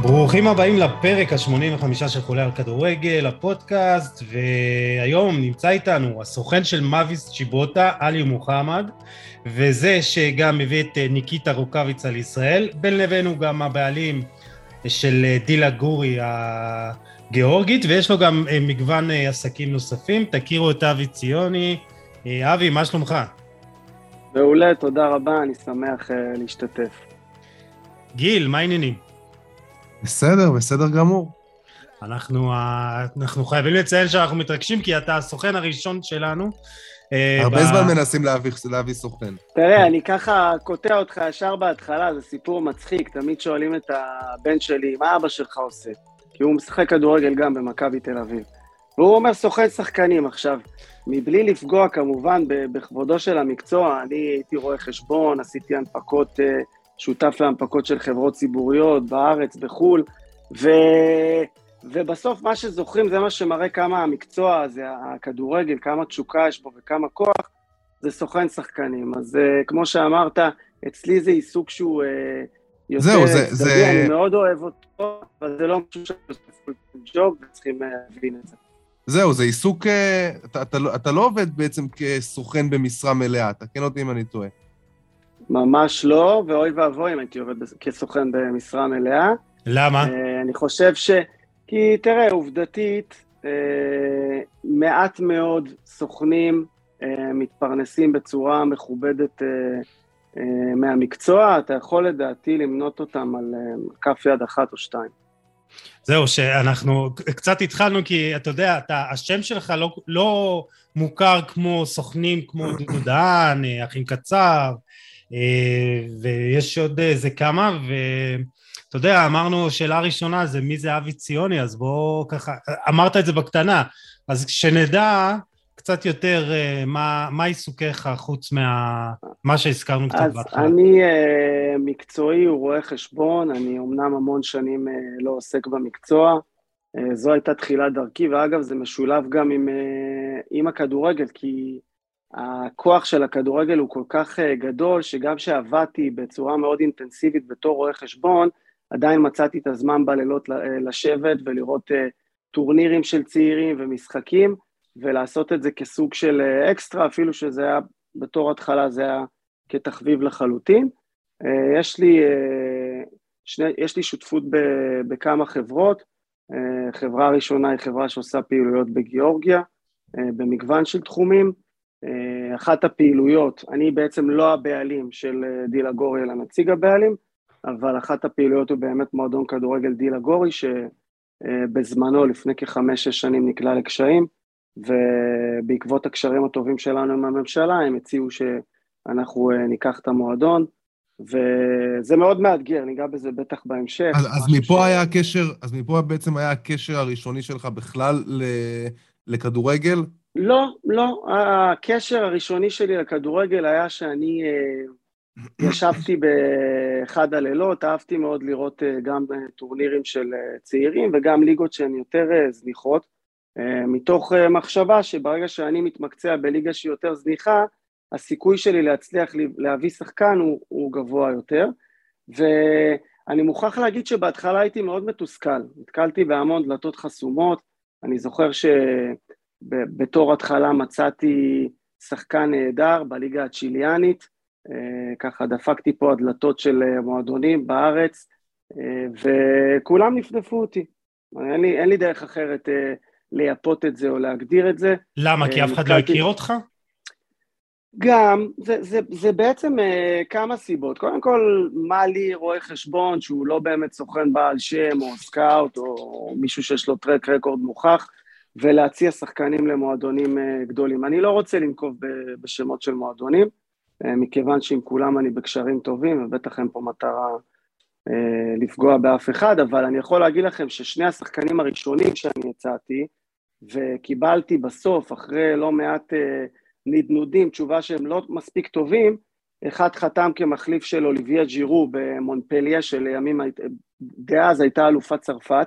ברוכים הבאים לפרק ה-85 של חולה על כדורגל, הפודקאסט, והיום נמצא איתנו הסוכן של מאביס צ'יבוטה, עלי מוחמד, וזה שגם מביא את ניקיטה רוקאביצה לישראל, בין לבינו גם הבעלים של דילה גורי הגיאורגית, ויש לו גם מגוון עסקים נוספים. תכירו את אבי ציוני. אבי, מה שלומך? מעולה, תודה רבה, אני שמח להשתתף. גיל, מה העניינים? בסדר גמור. אנחנו חייבים לציין שאנחנו מתרגשים, כי אתה הסוכן הראשון שלנו. הרבה זמן מנסים להביא סוכן. תראה, אני ככה קוטע אותך ישר בהתחלה, זה סיפור מצחיק, תמיד שואלים את הבן שלי, מה אבא שלך עושה? כי הוא משחק כדורגל גם במכבי תל אביב. והוא אומר סוכן שחקנים עכשיו, מבלי לפגוע כמובן בכבודו של המקצוע, אני הייתי רואה חשבון, עשיתי הנפקות, שותף להנפקות של חברות ציבוריות בארץ, בחול, ובסוף מה שזוכרים זה מה שמראה כמה המקצוע, זה הכדורגל, כמה תשוקה יש בו וכמה כוח, זה סוכן שחקנים. אז כמו שאמרת, אצלי זה עיסוק שהוא יותר צדדי, אני מאוד אוהב אותו, אבל זה לא משהו שעושה ג'וב, וצריכים להבין את זה. זהו, זה עיסוק, אתה לא עובד בעצם כסוכן במשרה מלאה, תקן אותי אם אני טועה. ממש לא, ואוי ואבוי אם הייתי עובד כסוכן במשרה מלאה. למה? אני חושב כי תראה, עובדתית, מעט מאוד סוכנים מתפרנסים בצורה מכובדת מהמקצוע, אתה יכול לדעתי למנות אותם על כף יד אחת או שתיים. זהו, שאנחנו קצת התחלנו, כי אתה יודע, השם שלך לא מוכר כמו סוכנים, כמו דודו דהן, אחים קצר, ויש עוד איזה כמה, ואתה יודע, אמרנו שאלה ראשונה, זה מי זה אבי ציוני, אז בוא ככה, אמרת את זה בקטנה, אז כשנדע קצת יותר מה עיסוקיך חוץ מה שהזכרנו קצת בהתחלה. אז אני מקצועי, הוא רואה חשבון, אני אמנם המון שנים לא עוסק במקצוע, זו הייתה תחילת דרכי, ואגב זה משולב גם עם הכדורגל, כי הכוח של הכדורגל הוא כל כך גדול, שגם שעבדתי בצורה מאוד אינטנסיבית בתור רואה חשבון, עדיין מצאתי את הזמן בלילות לשבת ולראות טורנירים של צעירים ומשחקים, ולעשות את זה כסוג של אקסטרה, אפילו שזה היה בתור התחלה, זה היה כתחביב לחלוטין. יש לי שותפות בכמה חברות, חברה הראשונה היא חברה שעושה פעילויות בגיאורגיה, במגוון של תחומים, אחת הפעילויות, אני בעצם לא הבעלים של דילה גורי, אלא נציג הבעלים, אבל אחת הפעילויות הוא באמת מועדון כדורגל דילה גורי, שבזמנו לפני כ5-6 שנים נקלע לקשיים, ובעקבות הקשרים הטובים שלנו עם הממשלה, הם הציעו שאנחנו ניקח את המועדון, וזה מאוד מאתגר, ניגע בזה בטח בהמשך. אז מפה בעצם היה הקשר הראשוני שלך בכלל לכדורגל? לא, הקשר הראשוני שלי לכדורגל היה שאני ישבתי באחד הלילות, אהבתי מאוד לראות גם טורנירים של צעירים וגם ליגות שהן יותר זניחות, מתוך מחשבה שברגע שאני מתמקצע בליגה שהיא יותר זניחה, הסיכוי שלי להצליח להביא שחקן הוא גבוה יותר, ואני מוכרח להגיד שבהתחלה הייתי מאוד מתוסכל, נתקלתי בהמון דלתות חסומות, אני זוכר שבתור התחלה מצאתי שחקן נהדר בליגה הצ'יליאנית, ככה דפקתי פה הדלתות של מועדונים בארץ, וכולם נפנפו אותי, אין לי דרך אחרת לייפות את זה או להגדיר את זה. למה? כי אף אחד לא הכיר אותך? גם, זה בעצם כמה סיבות. קודם כל, מה לי רואה חשבון שהוא לא באמת סוכן בעל שם או סקאוט או מישהו שיש לו טרק רקורד מוכח, ולהציע שחקנים למועדונים גדולים. אני לא רוצה לנקוב בשמות של מועדונים, מכיוון שעם כולם אני בקשרים טובים, ובטח אין פה מטרה לפגוע באף אחד, אבל אני יכול להגיד לכם ששני השחקנים הראשונים שאני הצעתי, וקיבלתי בסוף, אחרי לא מעט נדנודים, תשובה שהם לא מספיק טובים, אחד חתם כמחליף של אוליביה ג'ירו במונפליה, שלימים דאז הייתה אלופת צרפת,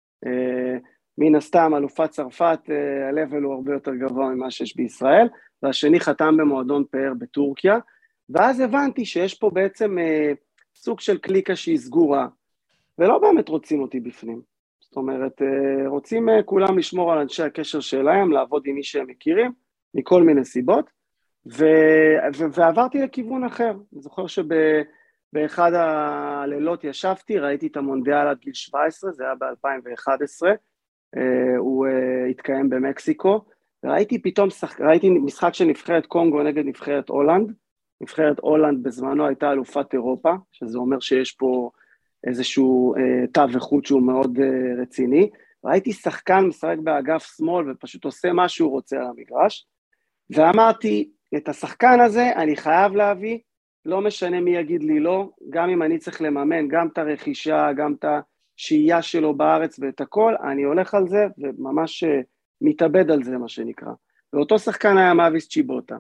מן הסתם אלופת צרפת, הלבל הוא הרבה יותר גבוה ממה שיש בישראל, והשני חתם במועדון פאר בטורקיה, ואז הבנתי שיש פה בעצם סוג של קליקה שהיא סגורה, ולא באמת רוצים אותי בפנים. זאת אומרת, רוצים כולם לשמור על אנשי הקשר שלהם, לעבוד עם מי שהם מכירים, מכל מיני סיבות, ועברתי לכיוון אחר. אני זוכר באחד הלילות ישבתי, ראיתי את המונדיאל עד גיל 17, זה היה ב-2011, הוא התקיים במקסיקו, וראיתי פתאום, ראיתי משחק של נבחרת קונגו נגד נבחרת הולנד, נבחרת הולנד בזמנו הייתה אלופת אירופה, שזה אומר שיש פה איזשהו תו וחוט שהוא מאוד רציני, ראיתי שחקן משחק באגף שמאל ופשוט עושה מה שהוא רוצה על המגרש, ואמרתי, את השחקן הזה אני חייב להביא, לא משנה מי יגיד לי לא, גם אם אני צריך לממן, גם את הרכישה, גם את השהייה שלו בארץ ואת הכל, אני הולך על זה וממש מתאבד על זה מה שנקרא. ואותו שחקן היה מאביס צ'יבוטה.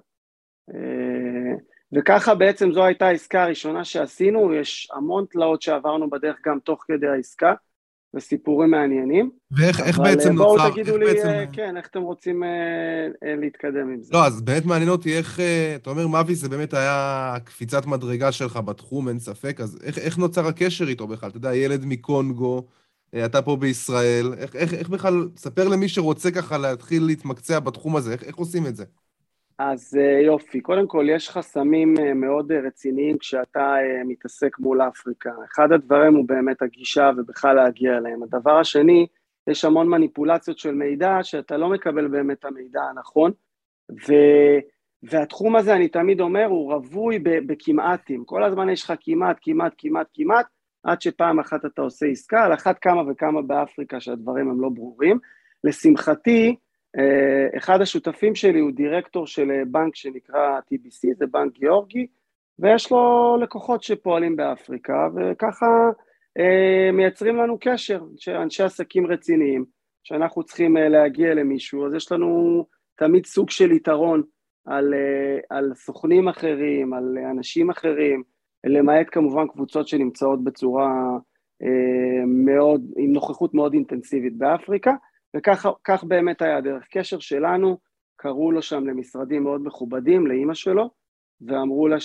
וככה בעצם זו הייתה העסקה הראשונה שעשינו, יש המון תלאות שעברנו בדרך גם תוך כדי העסקה, וסיפורים מעניינים. ואיך בעצם נוצר? בואו תגידו לי, כן, איך אתם רוצים להתקדם עם זה. לא, אז באמת מעניין אותי איך, אתה אומר, מאביס זה באמת היה קפיצת מדרגה שלך בתחום, אין ספק, אז איך נוצר הקשר איתו בכלל? אתה יודע, ילד מקונגו, אתה פה בישראל, איך בכלל, ספר למי שרוצה ככה להתחיל להתמקצע בתחום הזה, איך עושים את זה? אז יופי, קודם כל יש חסמים מאוד רציניים כשאתה מתעסק מול אפריקה. אחד הדברים הוא באמת הגישה ובכלל להגיע אליהם. הדבר השני, יש המון מניפולציות של מידע שאתה לא מקבל באמת את המידע הנכון, והתחום הזה אני תמיד אומר הוא רווי בכמעטים. כל הזמן יש לך כמעט, עד שפעם אחת אתה עושה עסקה, על אחת כמה וכמה באפריקה שהדברים הם לא ברורים. לשמחתי, אחד השותפים שלי הוא דירקטור של בנק שנקרא TBC, זה בנק גיאורגי, ויש לו לקוחות שפועלים באפריקה, וככה מייצרים לנו קשר, אנשי עסקים רציניים, שאנחנו צריכים להגיע למישהו, אז יש לנו תמיד סוג של יתרון על סוכנים אחרים, על אנשים אחרים, למעט כמובן קבוצות שנמצאות בצורה מאוד, עם נוכחות מאוד אינטנסיבית באפריקה, וכך באמת היה דרך קשר שלנו, קראו לו שם למשרדים מאוד מכובדים, לאמא שלו, ואמרו לה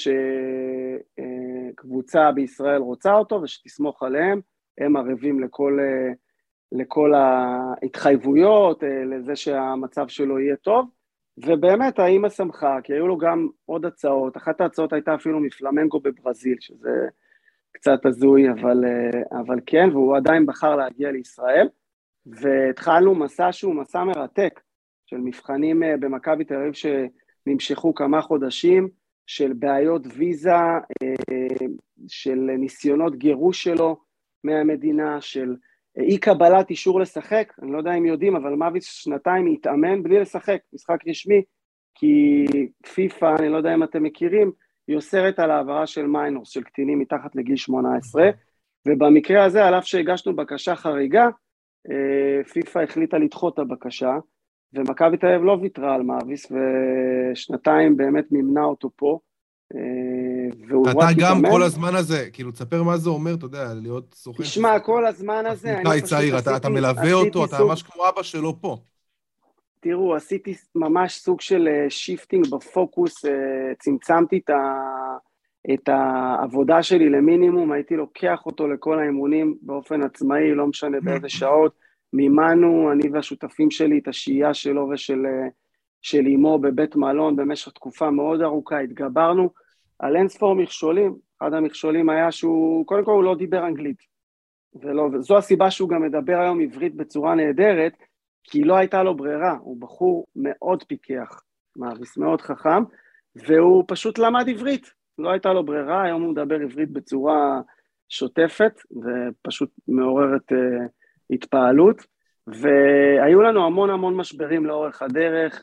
שקבוצה בישראל רוצה אותו, ושתסמוך עליהם, הם ערבים לכל ההתחייבויות, לזה שהמצב שלו יהיה טוב, ובאמת האמא שמחה, כי היו לו גם עוד הצעות, אחת ההצעות הייתה אפילו מפלמנגו בברזיל, שזה קצת הזוי, אבל כן, והוא עדיין בחר להגיע לישראל, והתחלנו מסע שהוא מסע מרתק, של מבחנים במכבי תל אביב שנמשכו כמה חודשים, של בעיות ויזה, של ניסיונות גירוש שלו מהמדינה, של אי קבלת אישור לשחק, אני לא יודע אם יודעים, אבל מאביס שנתיים התאמן בלי לשחק, משחק רשמי, כי פיפה, אני לא יודע אם אתם מכירים, היא אוסרת על העברה של מיינורס, של קטינים מתחת לגיל 18, ובמקרה הזה, על אף שהגשנו בקשה חריגה, פיפה החליטה לדחות את הבקשה, ומכבי תל אביב לא ויתרה על מאביס, ושנתיים באמת מימנה אותו פה, אתה גם כל הזמן הזה, כאילו תספר מה זה אומר, אתה יודע, להיות סוכן. תשמע, כל הזמן הזה, אני פשוט עשיתי... אתה מלווה אותו, אתה ממש כמו אבא שלו פה. תראו, עשיתי ממש סוג של שיפטינג בפוקוס, צמצמתי את העבודה שלי למינימום, הייתי לוקח אותו לכל האימונים באופן עצמאי, לא משנה באיזה שעות, מימנו, אני והשותפים שלי, את השהייה שלו ושל אימו בבית מלון, במשך תקופה מאוד ארוכה, התגברנו על אינספור מכשולים, אחד המכשולים היה שהוא, קודם כל הוא לא דיבר אנגלית, וזו הסיבה שהוא גם מדבר היום עברית בצורה נהדרת, כי לא הייתה לו ברירה, הוא בחור מאוד פיקח, מאביס מאוד חכם, והוא פשוט למד עברית, לא הייתה לו ברירה, היום הוא מדבר עברית בצורה שוטפת, ופשוט מעוררת התפעלות, והיו לנו המון משברים לאורך הדרך,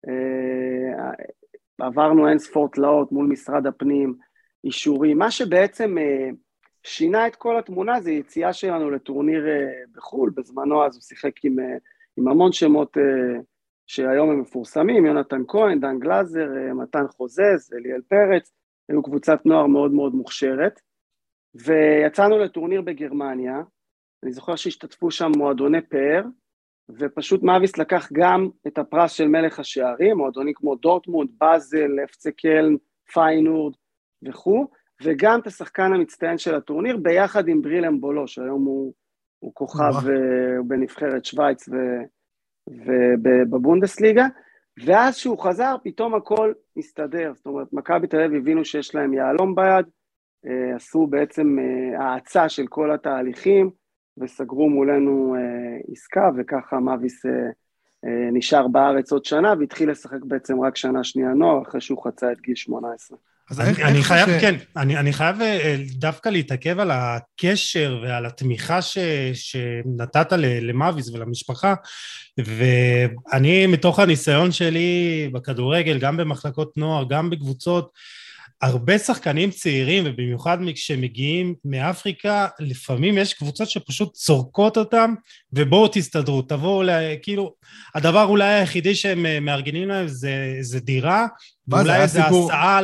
עברנו אין ספור תלאות מול משרד הפנים, אישורים, מה שבעצם שינה את כל התמונה, זה יציאה שלנו לטורניר בחול, בזמנו אז הוא שיחק עם המון שמות שהיום הם מפורסמים, יונתן כהן, דן גלזר, מתן חוזז, אליאל פרץ, היו קבוצת נוער מאוד מוכשרת, ויצאנו לטורניר בגרמניה, אני זוכר שהשתתפו שם מועדוני פאר, ופשוט מאביס לקח גם את הפרס של מלך השערים, מועדונים כמו דורטמונד, באזל, אפצה קלן, פיינורד וכו', וגם את השחקן המצטיין של הטורניר, ביחד עם ברילם בולו, שהיום הוא כוכב בנבחרת שוויץ ובבונדסליגה, ואז שהוא חזר, פתאום הכל הסתדר, זאת אומרת, מכבי תל אביב הבינו שיש להם יהלום ביד, עשו בעצם העצה של כל התהליכים, וסגרו מולנו עסקה, וככה מאביס נשאר בארץ עוד שנה, והתחיל לשחק בעצם רק שנה שנייה נוער, אחרי שהוא חצה את גיל 18. אני חייב דווקא להתעכב על הקשר ועל התמיכה שנתת למאביס ולמשפחה, ואני מתוך הניסיון שלי בכדורגל, גם במחלקות נוער, גם בקבוצות, הרבה שחקנים צעירים, ובמיוחד כשמגיעים מאפריקה, לפעמים יש קבוצות שפשוט צורקות אותם, ובואו תסתדרו, תבואו, כאילו, הדבר אולי היחידי שהם מארגנים להם זה דירה, ואולי זה הסעה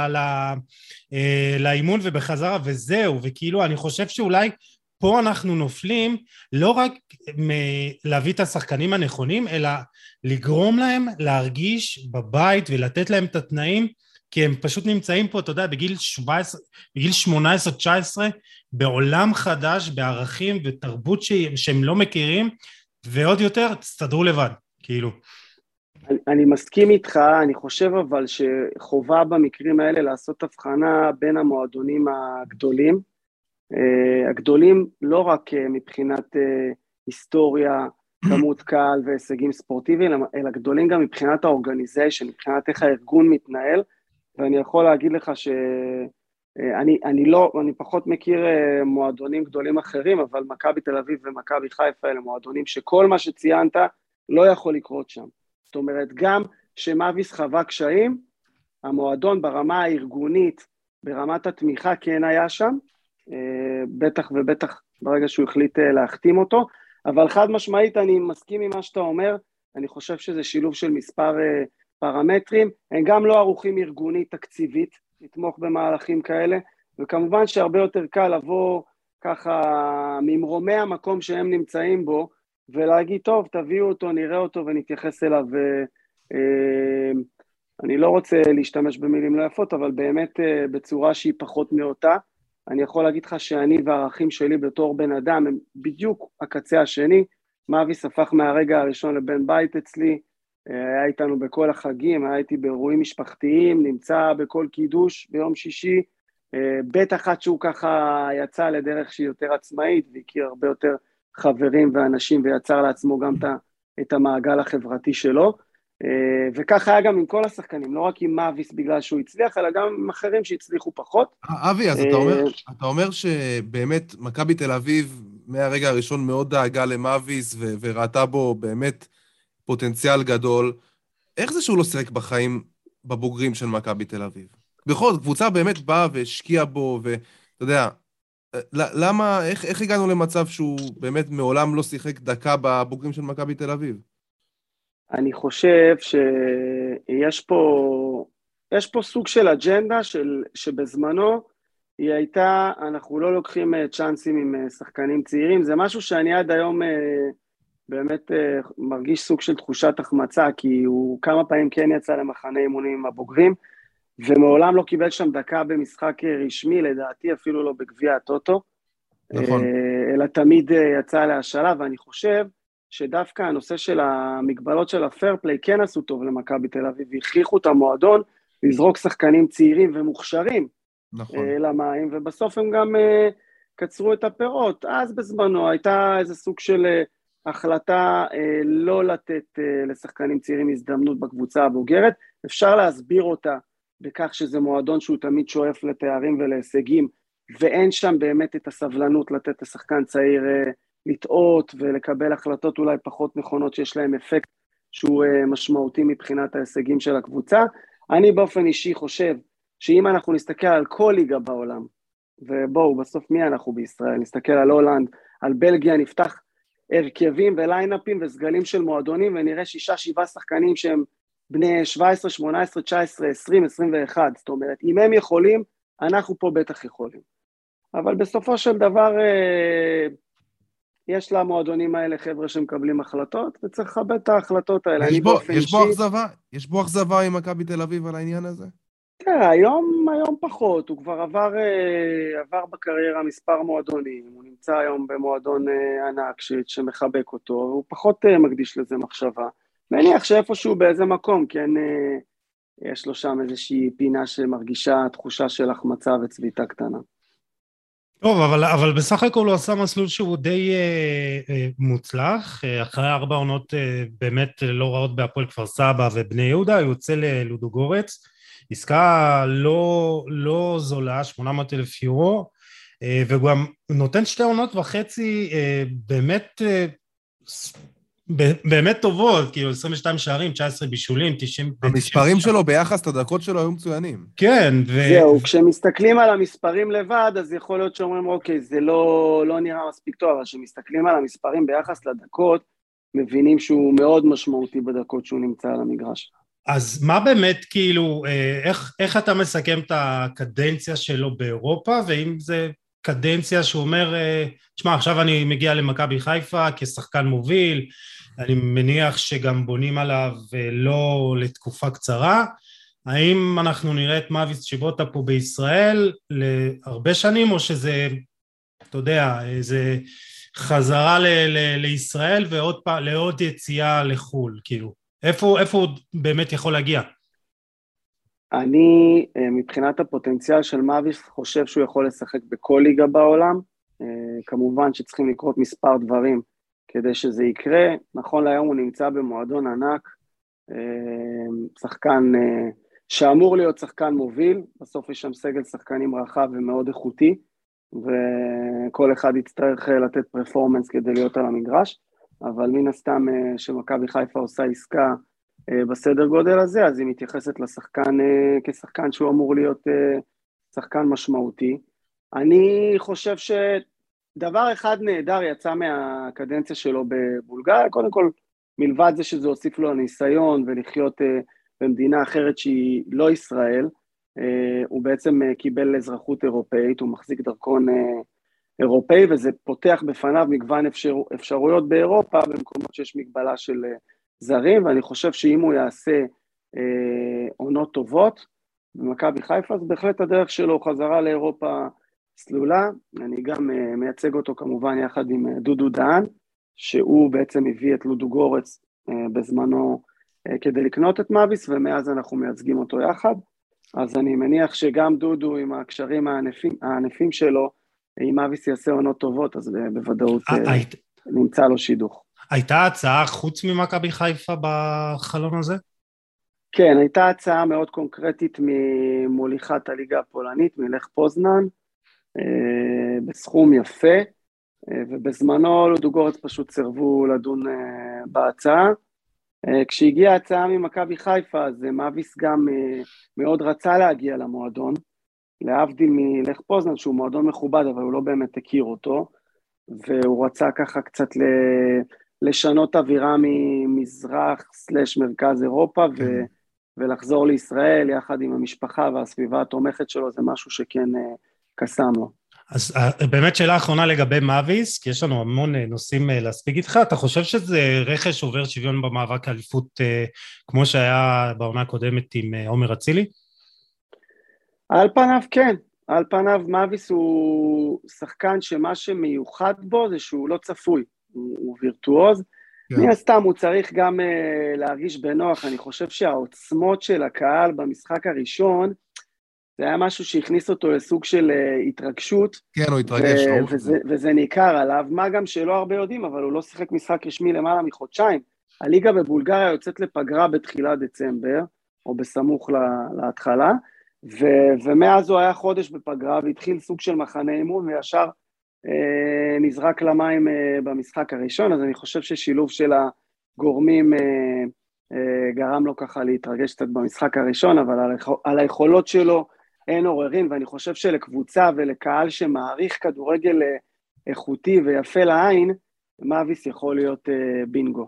לאימון ובחזרה, וזהו, וכאילו, אני חושב שאולי פה אנחנו נופלים, לא רק להביא את השחקנים הנכונים, אלא לגרום להם להרגיש בבית, ולתת להם את התנאים, כי הם פשוט נמצאים פה, אתה יודע, בגיל 18-19, בעולם חדש, בערכים ותרבות שהם לא מכירים, ועוד יותר, תסתדרו לבד, כאילו. אני מסכים איתך, אני חושב אבל שחובה במקרים האלה לעשות הבחנה בין המועדונים הגדולים, הגדולים לא רק מבחינת היסטוריה, כמות קהל והישגים ספורטיביים, אלא גדולים גם מבחינת האורגניזיישן, מבחינת איך הארגון מתנהל, ואני יכול להגיד לך אני פחות מכיר מועדונים גדולים אחרים, אבל מכבי תל אביב ומכבי חיפה אלה מועדונים שכל מה שציינת לא יכול לקרות שם. זאת אומרת, גם שמאביס חווה קשיים, המועדון ברמה הארגונית, ברמת התמיכה כן היה שם, בטח ובטח ברגע שהוא החליט להחתים אותו, אבל חד משמעית אני מסכים עם מה שאתה אומר, אני חושב שזה שילוב של מספר פרמטרים, הם גם לא ערוכים ארגונית תקציבית, לתמוך במהלכים כאלה, וכמובן שהרבה יותר קל לבוא ככה ממרומי המקום שהם נמצאים בו, ולהגיד, טוב, תביאו אותו, נראה אותו ונתייחס אליו, אני לא רוצה להשתמש במילים לא יפות, אבל באמת בצורה שהיא פחות מאותה, אני יכול להגיד לך שאני והערכים שלי בתור בן אדם, הם בדיוק הקצה השני, מאביס הפך מהרגע הראשון לבן בית אצלי, היה איתנו בכל החגים, היה איתי באירועים משפחתיים, נמצא בכל קידוש ביום שישי, בית אחת שהוא ככה יצא לדרך שהיא יותר עצמאית, והכיר הרבה יותר חברים ואנשים, ויצר לעצמו גם את המעגל החברתי שלו, וככה היה גם עם כל השחקנים, לא רק עם מאביס בגלל שהוא הצליח, אלא גם עם אחרים שהצליחו פחות. אבי, אז אתה אומר שבאמת מכבי תל אביב מהרגע הראשון מאוד דאגה למאביס, וראתה בו באמת פוטנציאל גדול. איך זה שהוא לא שיחק בחיים בבוגרים של מכבי תל אביב? בכל זאת, קבוצה באמת באה והשקיעה בו, ואתה יודע, למה, איך הגענו למצב שהוא באמת מעולם לא שיחק דקה בבוגרים של מכבי תל אביב? אני חושב שיש פה סוג של אג'נדה שבזמנו היא הייתה, אנחנו לא לוקחים צ'אנסים עם שחקנים צעירים, זה משהו שאני עד היום באמת מרגיש סוג של תחושת החמצה, כי הוא כמה פעמים כן יצא למחנה אימונים עם הבוגרים, ומעולם לא קיבל שם דקה במשחק רשמי, לדעתי אפילו לא בגביע הטוטו, נכון. אלא תמיד יצא להשאלה, ואני חושב שדווקא הנושא של המגבלות של הפרפליי כן עשו טוב למכבי תל אביב, והכריחו את המועדון לזרוק שחקנים צעירים ומוכשרים למים, ובסוף הם גם קצרו את הפירות. אז בזמנו הייתה איזה סוג של החלטה לא לתת לשחקנים צעירים הזדמנות בקבוצה הבוגרת, אפשר להסביר אותה בכך שזה מועדון שהוא תמיד שואף לתארים ולהישגים, ואין שם באמת את הסבלנות לתת לשחקן צעיר לטעות ולקבל החלטות אולי פחות נכונות שיש להם אפקט שהוא משמעותי מבחינת ההישגים של הקבוצה. אני באופן אישי חושב שאם אנחנו נסתכל על כל ליגה בעולם, ובואו בסוף מי אנחנו בישראל, נסתכל על הולנד, על בלגיה, נפתח הרכבים וליינאפים וסגלים של מועדונים, ונראה 6-7 שחקנים שהם בני 17, 18, 19, 20, 21, זאת אומרת, אם הם יכולים, אנחנו פה בטח יכולים. אבל בסופו של דבר, יש למועדונים האלה חבר'ה שמקבלים החלטות, וצריך לכבד את ההחלטות האלה. יש בו אכזבה עם מכבי תל אביב על העניין הזה? תראה, היום פחות, הוא כבר עבר בקריירה מספר מועדונים, הוא נמצא היום במועדון ענק שמחבק אותו, הוא פחות מקדיש לזה מחשבה. מניח שאיפשהו באיזה מקום, כן, יש לו שם איזושהי פינה שמרגישה תחושה של החמצה וצביטה קטנה. טוב, אבל בסך הכל הוא עשה מסלול שהוא די מוצלח, אחרי 4 עונות באמת לא רעות בהפועל כפר סבא ובני יהודה, הוא יוצא ללודוגורץ, עסקה לא זולה, 800,000 יורו, והוא גם נותן 2.5 עונות, באמת טובות, כאילו 22 שערים, 19 בישולים, 90... המספרים שלו ביחס לדקות שלו היו מצוינים. כן, זהו, כשמסתכלים על המספרים לבד, אז יכול להיות שאומרים, אוקיי, זה לא נראה מספיק טוב, אבל כשמסתכלים על המספרים ביחס לדקות, מבינים שהוא מאוד משמעותי בדקות שהוא נמצא על המגרש. אז מה באמת, כאילו, איך אתה מסכם את הקדנציה שלו באירופה, ואם זה קדנציה שהוא אומר, תשמע, עכשיו אני מגיע למכבי חיפה כשחקן מוביל, אני מניח שגם בונים עליו לא לתקופה קצרה, האם אנחנו נראה את מאביס צ'יבוטה פה בישראל להרבה שנים, או שזה, אתה יודע, זה חזרה לישראל ועוד פעם, לעוד יציאה לחול, כאילו, איפה הוא באמת יכול להגיע? אני, מבחינת הפוטנציאל של מאביס, חושב שהוא יכול לשחק בכל ליגה בעולם, כמובן שצריכים לקרות מספר דברים כדי שזה יקרה, נכון להיום הוא נמצא במועדון ענק, שחקן שאמור להיות שחקן מוביל, בסוף יש שם סגל שחקנים רחב ומאוד איכותי, וכל אחד יצטרך לתת פרפורמנס כדי להיות על המגרש, אבל מן הסתם שמכבי חיפה עושה עסקה בסדר גודל הזה, אז היא מתייחסת לשחקן כשחקן שהוא אמור להיות שחקן משמעותי. אני חושב שדבר אחד נהדר יצא מהקדנציה שלו בבולגריה, קודם כל מלבד זה שזה הוסיף לו ניסיון ולחיות במדינה אחרת שהיא לא ישראל, הוא בעצם קיבל אזרחות אירופאית, הוא מחזיק דרכון אירופאי, וזה פותח בפניו מגוון אפשרויות באירופה, במקומות שיש מגבלה של זרים, ואני חושב שאם הוא יעשה עונות טובות במכבי חיפה, אז בהחלט הדרך שלו חזרה לאירופה סלולה. אני גם מייצג אותו כמובן יחד עם דודו דהן, שהוא בעצם הביא את לודוגורץ בזמנו כדי לקנות את מאביס, ומאז אנחנו מייצגים אותו יחד. אז אני מניח שגם דודו עם הקשרים הענפים שלו, אם מאביס יעשה עונות טובות, אז בוודאות נמצא לו שידוך. הייתה הצעה חוץ ממכבי חיפה בחלון הזה? כן, הייתה הצעה מאוד קונקרטית ממוליכת הליגה הפולנית, מלך פוזנן, בסכום יפה, ובזמנו לודוגורץ פשוט סירבו לדון בהצעה. כשהגיעה ההצעה ממכבי חיפה, אז מאביס גם מאוד רצה להגיע למועדון, להבדיל מלך פוזנן, שהוא מועדון מכובד, אבל הוא לא באמת הכיר אותו, והוא רצה ככה קצת לשנות אווירה ממזרח/מרכז אירופה, ולחזור לישראל יחד עם המשפחה והסביבה התומכת שלו, זה משהו שכן קסם לו. אז באמת שאלה האחרונה לגבי מאביס, כי יש לנו המון נושאים להספיק איתך, אתה חושב שזה רכש עובר שוויון במאבק האליפות, כמו שהיה בעונה הקודמת עם עומר אצילי? על פניו כן, על פניו מאביס הוא שחקן שמה שמיוחד בו זה שהוא לא צפוי, הוא וירטואוז, מן הסתם הוא צריך גם להרגיש בנוח, אני חושב שהעוצמות של הקהל במשחק הראשון, זה היה משהו שהכניס אותו לסוג של התרגשות. כן, הוא התרגש. וזה ניכר עליו, מה גם שלא הרבה יודעים, אבל הוא לא שיחק משחק רשמי למעלה מחודשיים. הליגה בבולגריה יוצאת לפגרה בתחילת דצמבר, או בסמוך להתחלה, ומאז הוא היה חודש בפגרה, והתחיל סוג של מחנה אימון, וישר נזרק למים במשחק הראשון, אז אני חושב ששילוב של הגורמים גרם לו ככה להתרגש קצת במשחק הראשון, אבל על היכולות שלו אין עוררין, ואני חושב שלקבוצה ולקהל שמעריך כדורגל איכותי ויפה לעין, מאביס יכול להיות בינגו.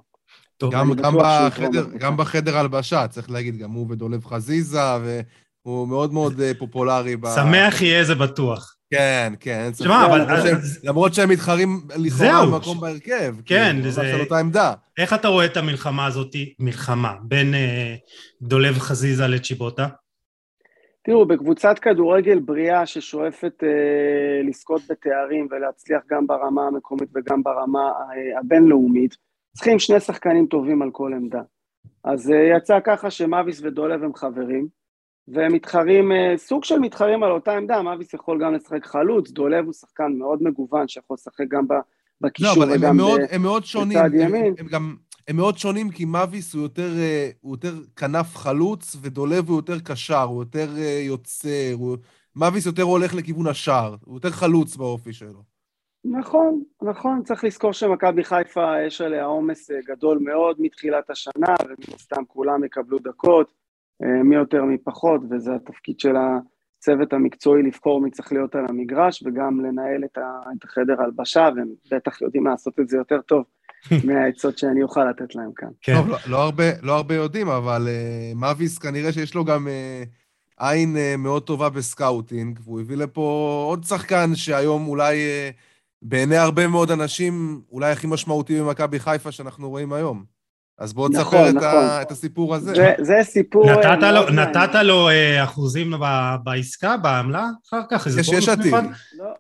גם בחדר הלבשה, צריך להגיד, גם הוא ודולב חזיזה, והוא מאוד מאוד פופולרי. שמח יהיה זה בטוח. כן, כן. שמה, אבל... למרות שהם מתחרים לכאורה במקום בהרכב. כן, זה אותה עמדה. איך אתה רואה את המלחמה הזאת, מלחמה, בין דולב חזיזה לצ'יבוטה? תראו, בקבוצת כדורגל בריאה ששואפת לזכות בתארים ולהצליח גם ברמה המקומית וגם ברמה הבינלאומית, צריכים שני שחקנים טובים על כל עמדה. אז יצא ככה שמאביס ודולב הם חברים, והם מתחרים, סוג של מתחרים על אותה עמדה. מאביס יכול גם לשחק חלוץ, דולב הוא שחקן מאוד מגוון שיכול לשחק גם בקישור וגם בצד ימין. הם מאוד שונים, כי מאביס הוא יותר כנף חלוץ, ודולב הוא יותר קשר, הוא יותר יוצר, מאביס יותר הולך לכיוון השער, הוא יותר חלוץ באופי שלו. נכון, נכון, צריך לזכור שמכבי חיפה יש עליה עומס גדול מאוד מתחילת השנה, ומסתם כולם יקבלו דקות, מי יותר מי פחות, וזה התפקיד של הצוות המקצועי לבחור מי צריך להיות על המגרש, וגם לנהל את החדר הלבשה, והם בטח יודעים לעשות את זה יותר טוב מהעצות שאני אוכל לתת להם כאן. טוב, לא הרבה יודעים, אבל מאביס כנראה שיש לו גם עין מאוד טובה בסקאוטינג, והוא הביא לפה עוד שחקן שהיום אולי בעיני הרבה מאוד אנשים, אולי הכי משמעותי במכבי חיפה שאנחנו רואים היום. אז בואו תספר את הסיפור הזה. זה סיפור... נתת לו אחוזים בעסקה, בעמלה? אחר כך, איזה בונוס מיוחד? לא.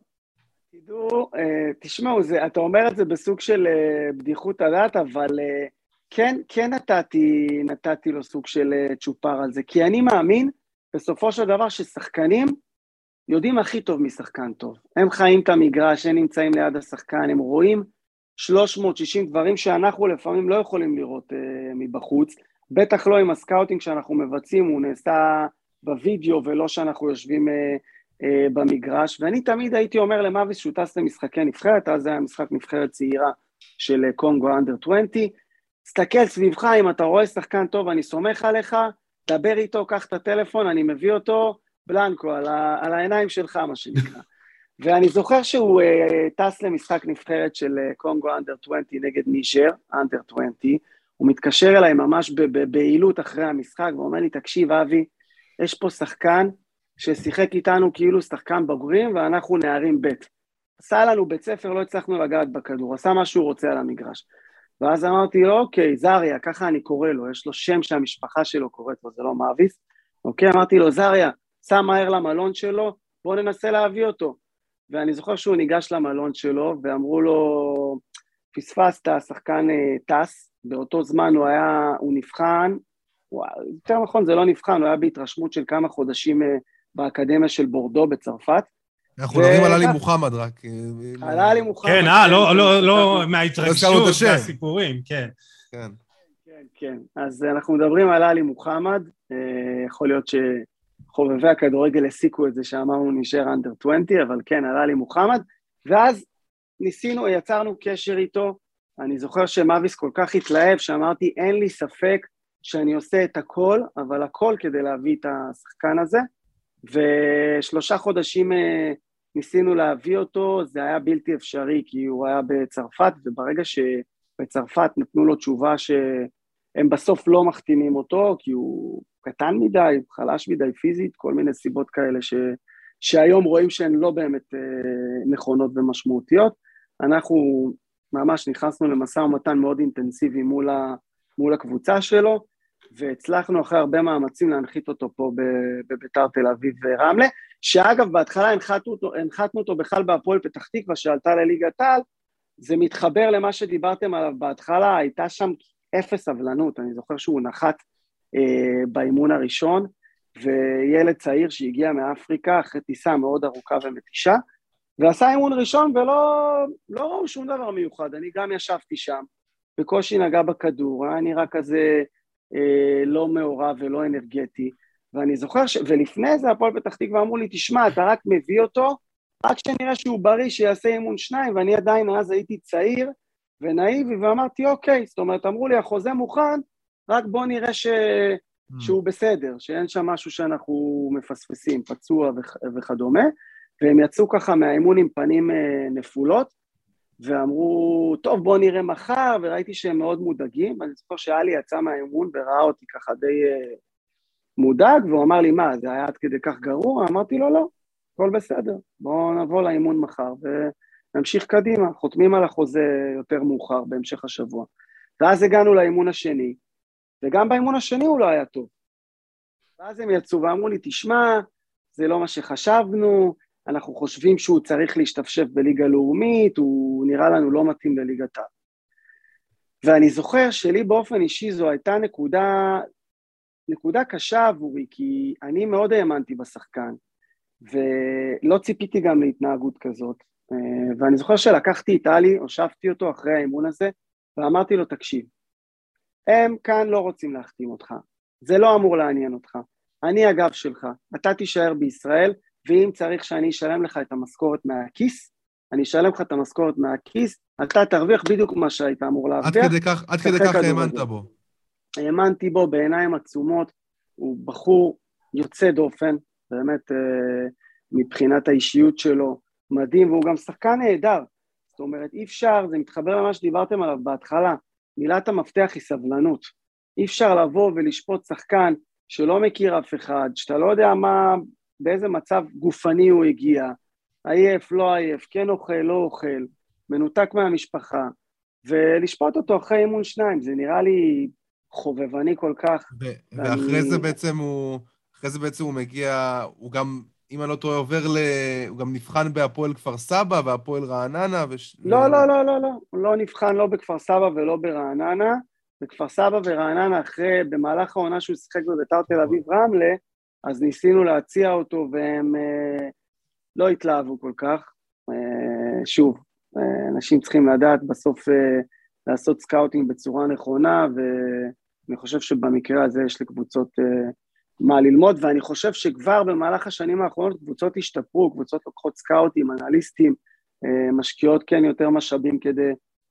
תשמעו, אתה אומר את זה בסוג של בדיחות הדעת, אבל כן נתתי לו סוג של צ'ופר על זה, כי אני מאמין בסופו של דבר ששחקנים יודעים הכי טוב משחקן טוב. הם חיים את המגרש, הם נמצאים ליד השחקן, הם רואים 360 דברים שאנחנו לפעמים לא יכולים לראות מבחוץ, בטח לא עם הסקאוטינג שאנחנו מבצעים, הוא נעשה בווידאו ולא שאנחנו יושבים במגרש, ואני תמיד הייתי אומר למאביס שהוא טס למשחקי נבחרת, אז זה היה משחק נבחרת צעירה של קונגו אנדר 20, תסתכל סביבך, אם אתה רואה שחקן טוב, אני סומך עליך, דבר איתו, קח את הטלפון, אני מביא אותו בלנקו, על העיניים שלך, מה שנקרא. ואני זוכר שהוא טס למשחק נבחרת של קונגו אנדר 20 נגד ניג'ר, אנדר 20, הוא מתקשר אליי ממש בעילות אחרי המשחק, ואומר לי, תקשיב אבי, יש פה שחקן ששיחק איתנו כאילו שחקן בוגרים, ואנחנו נערים ב'. עשה לנו בית ספר, לא הצלחנו לגעת בכדור, עשה מה שהוא רוצה על המגרש. ואז אמרתי לו, אוקיי, זריה, ככה אני קורא לו, יש לו שם שהמשפחה שלו קוראת לו, זה לא מאביס. אוקיי, אמרתי לו, זריה, שם מהר למלון שלו, בוא ננסה להביא אותו. ואני זוכר שהוא ניגש למלון שלו, ואמרו לו, פספסת, השחקן טס, באותו זמן הוא נבחן, יותר נכון, זה לא נבחן, הוא היה בהתרשמות של כמה חודשים באקדמיה של בורדו בצרפת. אנחנו מדברים על עלי מוחמד רק. על עלי מוחמד. כן, לא, מההתרגשות והסיפורים, כן. כן. כן, אז אנחנו מדברים על עלי מוחמד, יכול להיות שחובבי הכדורגל הסיקו את זה שאמרנו נשאר אנדר 20, אבל כן, על עלי מוחמד, ואז יצרנו קשר איתו, אני זוכר שמאביס כל כך התלהב, שאמרתי, אין לי ספק שאני עושה את הכל, אבל הכל כדי להביא את השחקן הזה, ו3 חודשים ניסינו להביא אותו, זה היה בלתי אפשרי, כי הוא היה בצרפת, וברגע שבצרפת נתנו לו תשובה שהם בסוף לא מחתימים אותו, כי הוא קטן מדי, חלש מדי פיזית, כל מיני סיבות כאלה שהיום רואים שהן לא באמת נכונות ומשמעותיות, אנחנו ממש נכנסנו למשא ומתן מאוד אינטנסיבי מול הקבוצה שלו, והצלחנו אחרי הרבה מאמצים להנחית אותו פה בביתר תל אביב ורמלה, שאגב בהתחלה הנחתנו אותו בכלל בהפועל פתח תקווה שעלתה לליגת העל, זה מתחבר למה שדיברתם עליו בהתחלה, הייתה שם אפס סבלנות, אני זוכר שהוא נחת באימון הראשון, וילד צעיר שהגיע מאפריקה אחרי טיסה מאוד ארוכה ומתישה, ועשה אימון ראשון ולא ראו שום דבר מיוחד, אני גם ישבתי שם, בקושי נגע בכדור, היה נראה כזה לא מעורב ולא אנרגטי, ואני זוכר ולפני זה הפועל פתח תקווה אמרו לי, תשמע, אתה רק מביא אותו, רק שנראה שהוא בריא, שיעשה אימון 2, ואני עדיין אז הייתי צעיר ונאיבי, ואמרתי, אוקיי, זאת אומרת, אמרו לי, החוזה מוכן, רק בוא נראה שהוא בסדר, שאין שם משהו שאנחנו מפספסים, פצוע וכדומה, והם יצאו ככה מהאימון עם פנים נפולות, ואמרו, טוב, בוא נראה מחר, וראיתי שהם מאוד מודאגים, ואני זוכר שאלי יצא מהאימון וראה אותי ככה די מודאג, והוא אמר לי, מה, זה היה עד כדי כך גרוע? אמרתי לו, לא, הכל בסדר, בואו נבוא לאימון מחר, ונמשיך קדימה, חותמים על החוזה יותר מאוחר בהמשך השבוע. ואז הגענו לאימון השני, וגם באימון השני הוא לא היה טוב. ואז הם יצאו ואמרו לי, תשמע, זה לא מה שחשבנו, אנחנו חושבים שהוא צריך להשתפשף בליגה לאומית, הוא נראה לנו לא מתאים לליגת העל. ואני זוכר שלי באופן אישי זו הייתה נקודה קשה עבורי, כי אני מאוד האמנתי בשחקן, ולא ציפיתי גם להתנהגות כזאת. ואני זוכר שלקחתי את אלי, הושבתי אותו אחרי האימון הזה, ואמרתי לו, תקשיב, הם כאן לא רוצים להחתים אותך, זה לא אמור לעניין אותך, אני הגב שלך, אתה תישאר בישראל, ואם צריך שאני אשלם לך את המשכורת מהכיס, אני אשלם לך את המשכורת מהכיס, אתה תרוויח בדיוק מה שהיית אמור להרוויח. עד כדי כך האמנת בו. האמנתי בו בעיניים עצומות, הוא בחור יוצא דופן, באמת מבחינת האישיות שלו, מדהים, והוא גם שחקן נהדר, זאת אומרת, אי אפשר, זה מתחבר למה שדיברתם עליו בהתחלה, מילת המפתח היא סבלנות, אי אפשר לבוא ולשפוט שחקן שלא מכיר אף אחד, שאתה לא יודע באיזה מצב גופני הוא הגיע, עייף, לא עייף, כן אוכל, לא אוכל, מנותק מהמשפחה, ולשפוט אותו אחרי אימון 2, זה נראה לי חובבני כל כך. ואחרי זה בעצם הוא מגיע, הוא גם, אם אני לא טועה, הוא גם נבחן בהפועל כפר סבא, והפועל רעננה. לא, הוא לא נבחן לא בכפר סבא ולא ברעננה, בכפר סבא ורעננה במהלך העונה שהוא שיחק בביתר תל אביב רמלה, אז ניסינו להציע אותו, והם לא התלהבו כל כך. שוב, אנשים צריכים לדעת בסוף לעשות סקאוטינג בצורה נכונה, ואני חושב שבמקרה הזה יש לקבוצות מה ללמוד, ואני חושב שכבר במהלך השנים האחרונות קבוצות השתפרו, קבוצות לוקחות סקאוטים, אנליסטים, משקיעות כן יותר משאבים כדי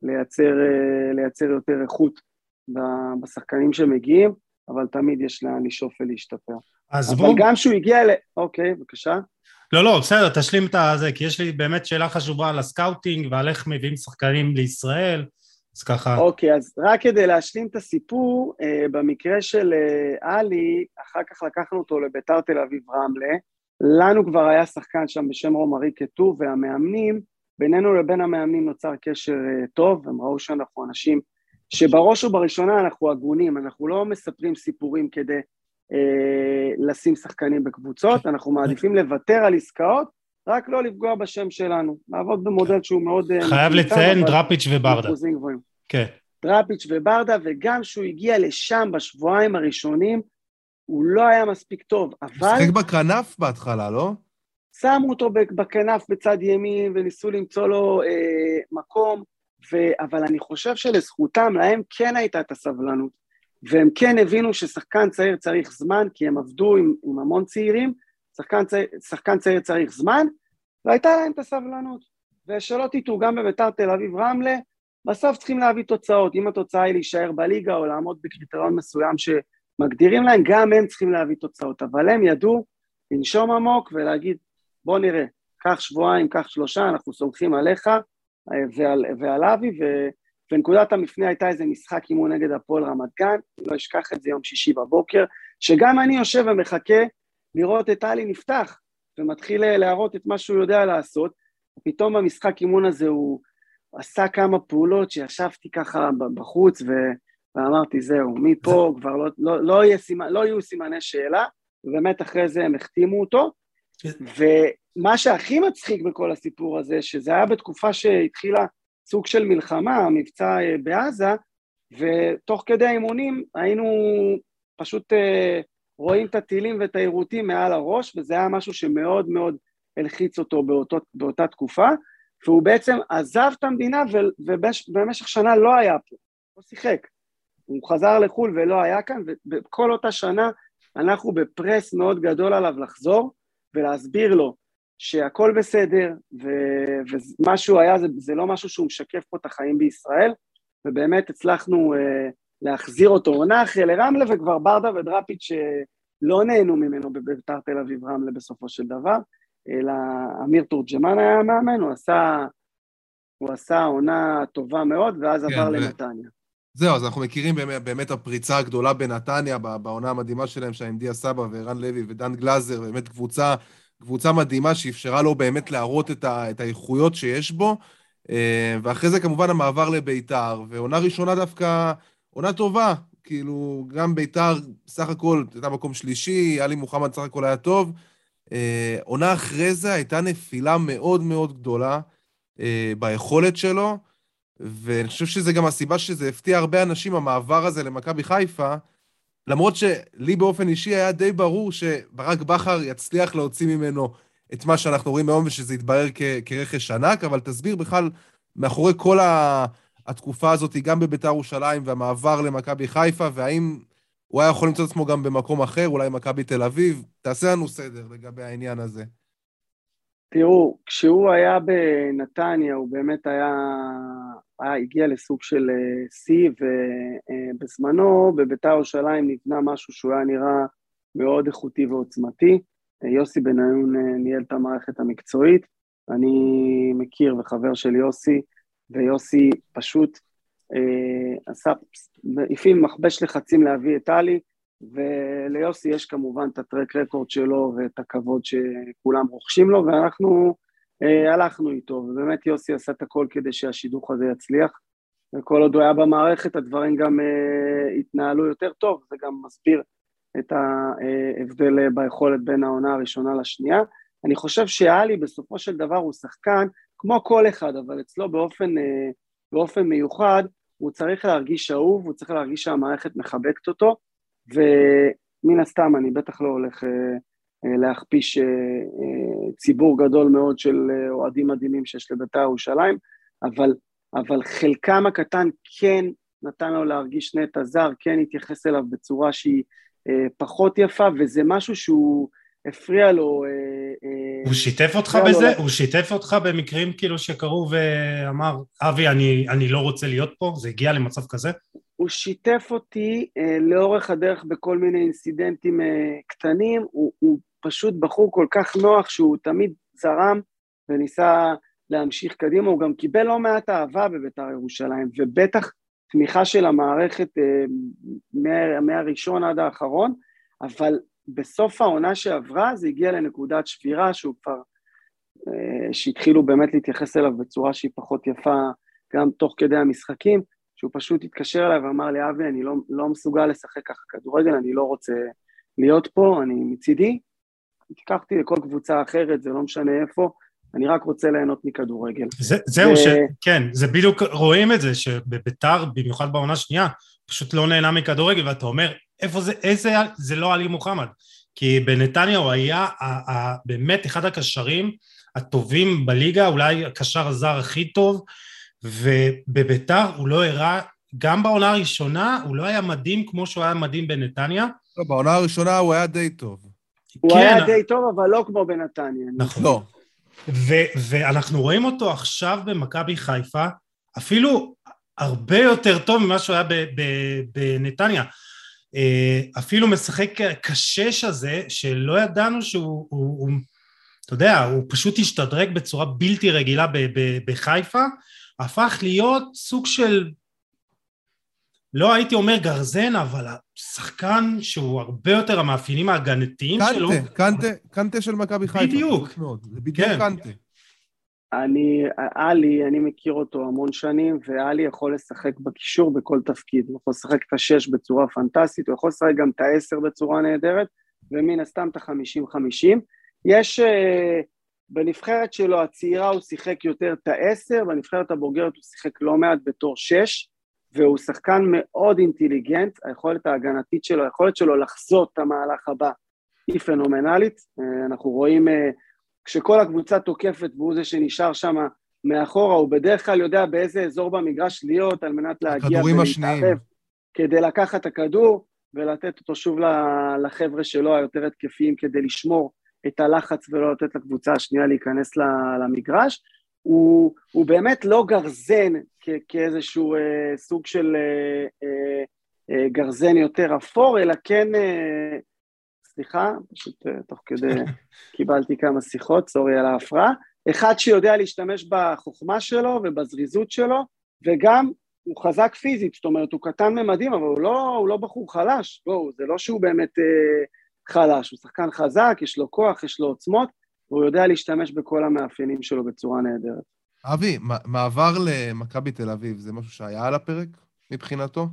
לייצר יותר איכות בשחקנים שמגיעים, אבל תמיד יש לאן לשאוף ולהשתפר. אבל גם שהוא הגיע אוקיי, בבקשה. לא, בסדר, תשלים את זה, כי יש לי באמת שאלה חשובה על הסקאוטינג, ועל איך מביאים שחקנים לישראל, אז ככה. אוקיי, אז רק כדי להשלים את הסיפור, במקרה של אלי, אחר כך לקחנו אותו לביתר תל אביב רמלה, לנו כבר היה שחקן שם בשם רומרי כתוב, והמאמנים, בינינו לבין המאמנים נוצר קשר טוב, הם ראו שאנחנו אנשים שבראש ובראשונה אנחנו הגונים, אנחנו לא מספרים סיפורים כדי לשים שחקנים בקבוצות, אנחנו מעדיפים לוותר על עסקאות, רק לא לפגוע בשם שלנו, לעבוד במודל שהוא מאוד... חייב לציין דראפיץ' וברדה. כן. דראפיץ' וברדה, וגם שהוא הגיע לשם בשבועיים הראשונים, הוא לא היה מספיק טוב, אבל... משחק בכנף בהתחלה, לא? שמו אותו בכנף בצד ימין, וניסו למצוא לו מקום, אבל אני חושב שלזכותם, להם כן הייתה את הסבלנות, והם כן הבינו ששחקן צעיר צריך זמן, כי הם עבדו עם המון צעירים, שחקן צעיר צריך זמן, והייתה להם את הסבלנות, ושלא תיתו גם בביתר תל אביב רמלה, בסוף צריכים להביא תוצאות, אם התוצאה היא להישאר בליגה, או לעמוד בקריטריון מסוים שמגדירים להם, גם הם צריכים להביא תוצאות, אבל הם ידעו לנשום עמוק ולהגיד, בוא נראה, כך שבועיים, כך 3, אנחנו סומכים עליך ועל אבי, ונקודת המפנה הייתה איזה משחק אימון נגד הפועל רמת גן, לא אשכח את זה יום שישי בבוקר, שגם אני יושב ומחכה לראות את אלי נפתח, ומתחיל להראות את מה שהוא יודע לעשות, ופתאום במשחק אימון הזה הוא עשה כמה פעולות שישבתי ככה בחוץ, ואמרתי זהו, מפה כבר לא יהיו סימני שאלה, ובאמת אחרי זה הם החתימו אותו, ומה שהכי מצחיק בכל הסיפור הזה, שזה היה בתקופה שהתחילה סוג של מלחמה, מבצע בעזה, ותוך כדי האימונים היינו פשוט רואים את הטילים ואת העירותים מעל הראש, וזה היה משהו שמאוד מאוד הלחיץ אותו באותה תקופה, והוא בעצם עזב את המדינה, ובמשך שנה לא היה פה, לא שיחק. הוא חזר לחול ולא היה כאן, ובכל אותה שנה אנחנו בפרס מאוד גדול עליו לחזור, ולהסביר לו שהכל בסדר, ומה שהוא היה, זה לא משהו שהוא משקף פה את החיים בישראל, ובאמת הצלחנו להחזיר אותו עונה אחרי לרמלה, וכבר ברדה ודראפיץ' לא נהנו ממנו בביתר תל אביב רמלה בסופו של דבר, אלא אמיר תורג'מן היה המאמן, הוא עשה עונה טובה מאוד, ואז עבר לנתניה. זהו, אז אנחנו מכירים באמת הפריצה הגדולה בנתניה, בעונה המדהימה שלהם, שהאמדיה סבא וערן לוי ודן גלזר, באמת קבוצה מדהימה שאפשרה לו באמת להראות את האיכויות שיש בו, ואחרי זה כמובן המעבר לביתר, ועונה ראשונה דווקא עונה טובה, כאילו גם ביתר סך הכל הייתה מקום שלישי, עלי מוחמד סך הכל היה טוב, עונה אחרי זה הייתה נפילה מאוד מאוד גדולה ביכולת שלו, ואני חושב שזה גם הסיבה שזה הפתיע הרבה אנשים, המעבר הזה למכבי חיפה, למרות שלי באופן אישי היה די ברור שברק בכר יצליח להוציא ממנו את מה שאנחנו רואים היום, ושזה יתברר כרכש ענק, אבל תסביר בכלל, מאחורי כל התקופה הזאת, גם בבית"ר ירושלים, והמעבר למכבי חיפה, והאם הוא היה יכול למצוא את עצמו גם במקום אחר, אולי מכבי תל אביב, תעשה לנו סדר לגבי העניין הזה. תראו, כשהוא היה בנתניה, הוא באמת הגיע לסוג של שיא, ובזמנו בבית"ר ירושלים נבנה משהו שהוא היה נראה מאוד איכותי ועוצמתי. יוסי בניון ניהל את המערכת המקצועית, אני מכיר וחבר של יוסי, ויוסי פשוט הפעיל מכבש לחצים להביא את טלי, וליוסי יש כמובן את הטרק רקורד שלו ואת הכבוד שכולם רוכשים לו, ואנחנו הלכנו איתו, ובאמת יוסי עשה את הכל כדי שהשידוך הזה יצליח, וכל עוד הוא היה במערכת הדברים גם התנהלו יותר טוב, זה גם מסביר את ההבדל ביכולת בין העונה הראשונה לשנייה. אני חושב שאלי בסופו של דבר הוא שחקן כמו כל אחד, אבל אצלו באופן מיוחד, הוא צריך להרגיש אהוב, הוא צריך להרגיש שהמערכת מחבקת אותו, ומן הסתם אני בטח לא הולך להכפיש ציבור גדול מאוד של אוהדים מדהימים שיש לבית"ר ירושלים, אבל חלקם הקטן כן נתן לו להרגיש נטע זר, כן התייחס אליו בצורה שהיא פחות יפה, וזה משהו שהוא הפריע לו. הוא שיתף אותך בזה? הוא שיתף אותך במקרים כאילו שקרו ואמר, אבי, אני לא רוצה להיות פה? זה הגיע למצב כזה? הוא שיתף אותי לאורך הדרך בכל מיני אינסידנטים קטנים, הוא פשוט בחור כל כך נוח שהוא תמיד זרם וניסה להמשיך קדימה, הוא גם קיבל לא מעט אהבה בבית"ר ירושלים, ובטח תמיכה של המערכת מהראשון עד האחרון, אבל בסוף העונה שעברה זה הגיע לנקודת שבירה שהוא כבר, שהתחילו באמת להתייחס אליו בצורה שהיא פחות יפה גם תוך כדי המשחקים, שהוא פשוט התקשר אליי ואמר לי, אבי, אני לא מסוגל לשחק ככה כדורגל, אני לא רוצה להיות פה, אני מצידי, תיקחתי לכל קבוצה אחרת, זה לא משנה איפה, אני רק רוצה ליהנות מכדורגל. זהו, כן, זה בדיוק רואים את זה, שבבית"ר, במיוחד בעונה שנייה, פשוט לא נהנה מכדורגל, ואתה אומר, איפה זה, זה לא עלי מוחמד, כי בנתניה הוא היה באמת אחד הקשרים הטובים בליגה, אולי הקשר הזר הכי טוב, ובבית"ר הוא לא הראה, גם בעונה הראשונה הוא לא היה מדהים כמו שהוא היה מדהים בנתניה. לא, בעונה הראשונה הוא היה די טוב. הוא היה די טוב, אבל לא כמו בנתניה. נכון. לא. ואנחנו רואים אותו עכשיו במכבי חיפה, אפילו הרבה יותר טוב ממה שהוא היה בנתניה. אפילו משחק קשש הזה, שלא ידענו שהוא, אתה יודע, הוא פשוט השתדרג בצורה בלתי רגילה בחיפה, הפך להיות סוג של, לא הייתי אומר גרזן, אבל שחקן שהוא הרבה יותר המאפיינים ההגנתיים שלו. קנטה של מכבי חיפה. בדיוק. זה בדיוק קנטה. אני מכיר אותו המון שנים, ואלי יכול לשחק בקישור בכל תפקיד, הוא יכול לשחק את ה-6 בצורה פנטסטית, הוא יכול לשחק גם את ה-10 בצורה נהדרת, ומן הסתם את ה-50-50. יש בנבחרת שלו הצעירה הוא שיחק יותר את ה-10, בנבחרת הבוגרת הוא שיחק לא מעט בתור 6, והוא שחקן מאוד אינטליגנט, היכולת ההגנתית שלו, היכולת שלו לחזות את המהלך הבא היא פנומנלית, אנחנו רואים כשכל הקבוצה תוקפת והוא זה שנשאר שם מאחורה, הוא בדרך כלל יודע באיזה אזור במגרש להיות על מנת להגיע ולהתערב כדי לקחת את הכדור ולתת אותו שוב לחבר'ה שלו היותר התקפיים כדי לשמור את הלחץ ולא לתת לקבוצה השנייה להיכנס למגרש. הוא באמת לא גרזן כאיזשהו סוג של גרזן יותר אפור, אלא כן, סליחה, פשוט תוך כדי קיבלתי כמה שיחות, סורי על ההפרעה, אחד שיודע להשתמש בחוכמה שלו ובזריזות שלו, וגם הוא חזק פיזית, זאת אומרת, הוא קטן ממדים, אבל הוא לא בחור חלש, זה לא שהוא באמת חלש, הוא שחקן חזק, יש לו כוח, יש לו עוצמות, והוא יודע להשתמש בכל המאפיינים שלו בצורה נהדרת. אבי, מעבר למכבי תל אביב, זה משהו שהיה על הפרק מבחינתו?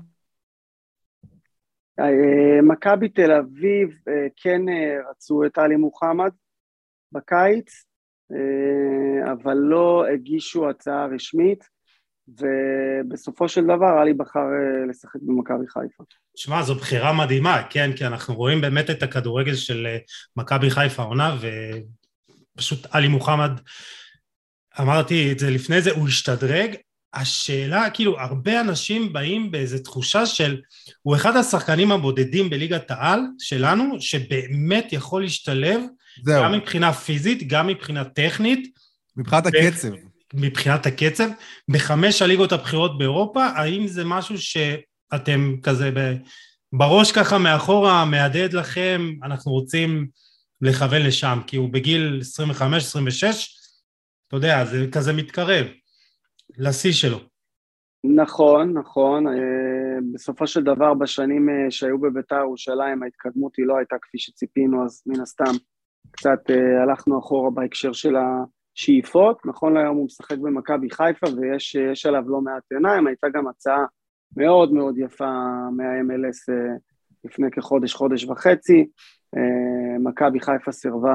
מכבי תל אביב כן רצו את עלי מוחמד, בקיץ, אבל לא הגישו הצעה רשמית, ובסופו של דבר עלי בחר לשחק במכבי חיפה. תשמע, זו בחירה מדהימה, כן, כי אנחנו רואים באמת את הכדורגל של מכבי חיפה עונה, ופשוט עלי מוחמד, אמרתי את זה לפני זה, הוא השתדרג. השאלה, כאילו, הרבה אנשים באים באיזו תחושה של, הוא אחד השחקנים הבודדים בליגת העל שלנו, שבאמת יכול להשתלב, זהו. גם מבחינה פיזית, גם מבחינה טכנית. מבחינת הקצב. מבחינת הקצב. בחמש הליגות הבחירות באירופה, האם זה משהו שאתם כזה בראש ככה מאחורה, מהדהד לכם, אנחנו רוצים לכוון לשם, כי הוא בגיל 25-26, אתה יודע, זה כזה מתקרב. לשיא שלו. נכון, נכון. בסופו של דבר, בשנים שהיו בבית"ר ירושלים, ההתקדמות היא לא הייתה כפי שציפינו, אז מן הסתם קצת הלכנו אחורה בהקשר של השאיפות. נכון להיום הוא משחק במכבי חיפה, ויש עליו לא מעט עיניים. הייתה גם הצעה מאוד מאוד יפה מה-MLS לפני כחודש, חודש וחצי. מכבי חיפה סירבה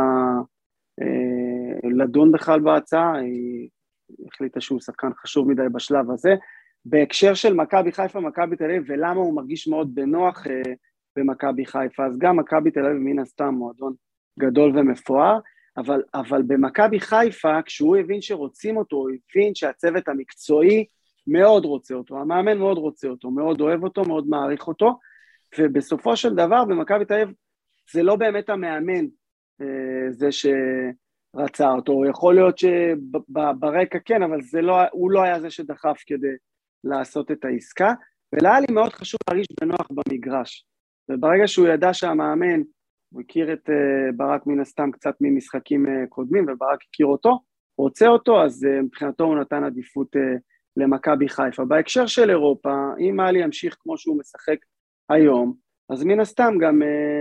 לדון בכלל בהצעה, היא החליטה שהוא שחקן חשוב מדי בשלב הזה. בהקשר של מכבי חיפה, מכבי תל אביב, ולמה הוא מרגיש מאוד בנוח במכבי חיפה, אז גם מכבי תל אביב מן הסתם מועדון גדול ומפואר, אבל במכבי חיפה, כשהוא הבין שרוצים אותו, הוא הבין שהצוות המקצועי מאוד רוצה אותו, המאמן מאוד רוצה אותו, מאוד אוהב אותו, מאוד מעריך אותו, ובסופו של דבר במכבי תל אביב, זה לא באמת המאמן, זה רצה אותו, יכול להיות שברקע כן, אבל הוא לא היה זה שדחף כדי לעשות את העסקה, ולאלי מאוד חשוב להרגיש בנוח במגרש, וברגע שהוא ידע שהמאמן, הוא הכיר את ברק מן הסתם קצת ממשחקים קודמים, וברק הכיר אותו, רוצה אותו, אז מבחינתו הוא נתן עדיפות למכבי חיפה. בהקשר של אירופה, אם אלי ימשיך כמו שהוא משחק היום, אז מן הסתם גם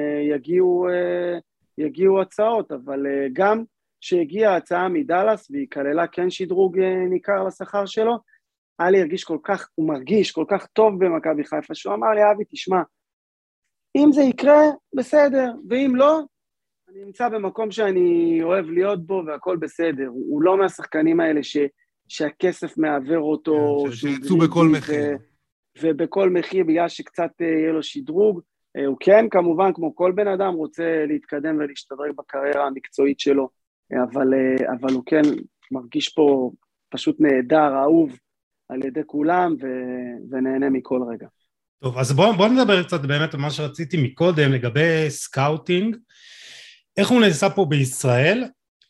יגיעו הצעות, אבל גם שהגיעה הצעה מדלס, והיא כללה כן שדרוג ניכר לשכר שלו, אלי הוא מרגיש כל כך טוב במכבי חיפה, שהוא אמר לי, אבי, תשמע, אם זה יקרה, בסדר, ואם לא, אני נמצא במקום שאני אוהב להיות בו, והכל בסדר. הוא לא מהשחקנים האלה שהכסף מעבר אותו, שיצאו בכל מחיר. ובכל מחיר, בגלל שקצת יהיה לו שדרוג, הוא כן, כמובן, כמו כל בן אדם, רוצה להתקדם ולהשתדרג בקריירה המקצועית שלו, אבל הוא כן מרגיש פה פשוט נהדר, אהוב על ידי כולם, ונהנה מכל רגע. טוב, אז בוא נדבר קצת באמת על מה שרציתי מקודם, לגבי סקאוטינג, איך הוא נעשה פה בישראל,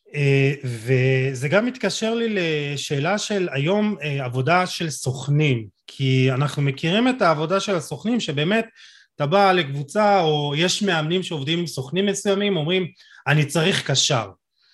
וזה גם מתקשר לי לשאלה של היום עבודה של סוכנים, כי אנחנו מכירים את העבודה של הסוכנים, שבאמת אתה בא לקבוצה, או יש מאמנים שעובדים עם סוכנים מסוימים, אומרים, אני צריך קשר,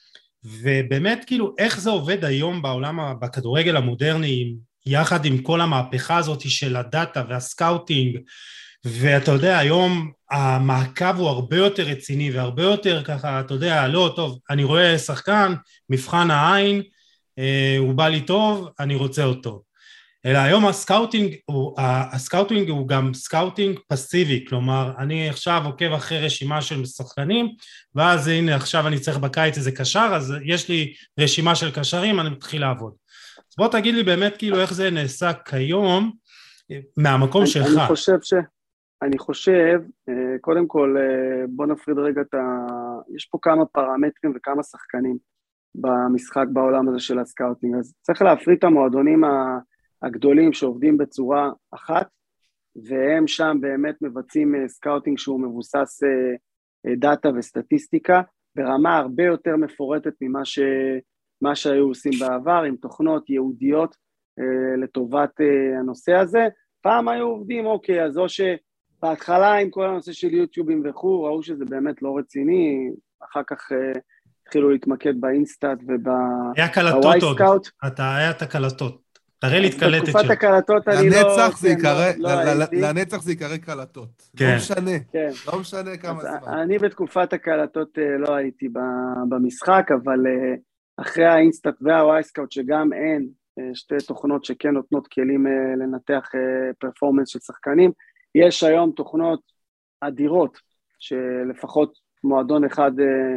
ובאמת כאילו איך זה עובד היום בעולם, בכדורגל המודרני, יחד עם כל המהפכה הזאת של הדאטה והסקאוטינג, ואתה יודע, היום המעקב הוא הרבה יותר רציני, והרבה יותר ככה, אתה יודע, לא, טוב, אני רואה שחקן, מבחן העין, הוא בא לי טוב, אני רוצה אותו. אלא היום הסקאוטינג הוא גם סקאוטינג פסיבי, כלומר, אני עכשיו עוקב אחרי רשימה של שחקנים, ואז הנה עכשיו אני צריך בקיץ איזה קשר, אז יש לי רשימה של קשרים, אני מתחיל לעבוד. אז בוא תגיד לי באמת כאילו איך זה נעשה כיום, מהמקום שלך. אני חושב, קודם כל, בוא נפריד רגע יש פה כמה פרמטרים וכמה שחקנים במשחק בעולם הזה של הסקאוטינג, אז צריך להפריד את המועדונים הגדולים שעובדים בצורה אחת, והם שם באמת מבצעים סקאוטינג שהוא מבוסס דאטה וסטטיסטיקה, ברמה הרבה יותר מפורטת ממה שהיו עושים בעבר, עם תוכנות ייעודיות לטובת הנושא הזה. פעם היו עובדים, אוקיי, אז או שבהתחלה עם כל הנושא של יוטיובים וכו', ראו שזה באמת לא רציני, אחר כך התחילו להתמקד באינסטאט ובוואי סקאוט. היה את הקלטות. תראה לי את קלטת שלו. בתקופת הקלטות אני לנצח זה יקרא קלטות. לא משנה כמה זמן. אני בתקופת הקלטות לא הייתי במשחק, אבל אחרי האינסטאט והוואי סקאוט, שגם אין שתי תוכנות שכן נותנות כלים לנתח פרפורמנס של שחקנים, יש היום תוכנות אדירות, שלפחות מועדון אחד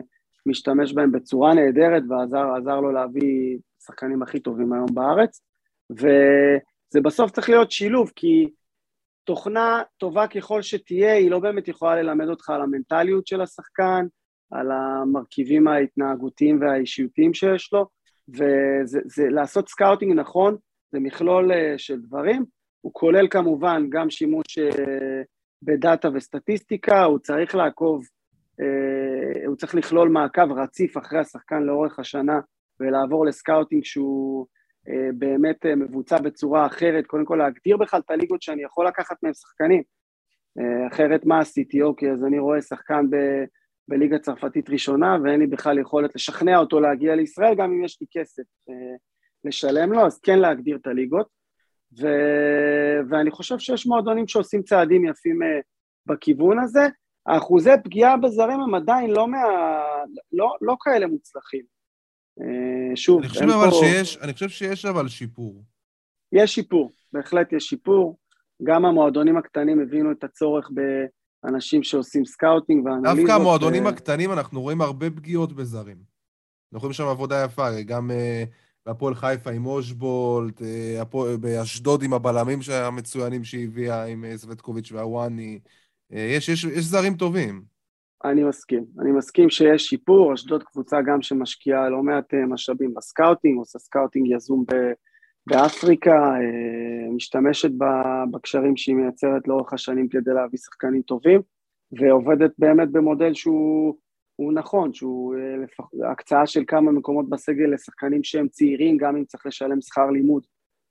משתמש בהם בצורה נהדרת, ועזר לו להביא שחקנים הכי טובים היום בארץ, וזה בסוף צריך להיות שילוב, כי תוכנה טובה ככל שתהיה, היא לא באמת יכולה ללמד אותך על המנטליות של השחקן, על המרכיבים ההתנהגותיים והאישיותיים שיש לו, וזה לעשות סקאוטינג נכון, זה מכלול של דברים, הוא כולל כמובן גם שימוש בדאטה וסטטיסטיקה, הוא צריך לעקוב, הוא צריך לכלול מעקב רציף אחרי השחקן לאורך השנה, ולעבור לסקאוטינג שהוא באמת מבוצע בצורה אחרת, קודם כל להגדיר בכלל את הליגות שאני יכול לקחת מהם שחקנים, אחרת מה עשיתי? אוקיי, אז אני רואה שחקן בליגה צרפתית ראשונה, ואין לי בכלל יכולת לשכנע אותו להגיע לישראל, גם אם יש לי כסף לשלם לו, אז כן להגדיר את הליגות, ואני חושב שיש מועדונים שעושים צעדים יפים בכיוון הזה, האחוזי פגיעה בזרים הם עדיין לא כאלה מוצלחים. שוב, אני חושב שיש אבל שיפור. יש שיפור, בהחלט יש שיפור, גם המועדונים הקטנים הבינו את הצורך באנשים שעושים סקאוטינג ואנליזות. דווקא המועדונים הקטנים אנחנו רואים הרבה פגיעות בזרים. אנחנו רואים שם עבודה יפה, גם בהפועל חיפה עם אושבולט, באשדוד עם הבלמים המצוינים שהביאה, עם סווטקוביץ' והוואני, יש זרים טובים. אני מסכים שיש שיפור, אשדוד קבוצה גם שמשקיעה לא מעט משאבים בסקאוטינג, עושה סקאוטינג יזום באפריקה, משתמשת בקשרים שהיא מייצרת לאורך השנים כדי להביא שחקנים טובים, ועובדת באמת במודל שהוא נכון, שהוא הקצאה של כמה מקומות בסגל לשחקנים שהם צעירים, גם אם צריך לשלם שכר לימוד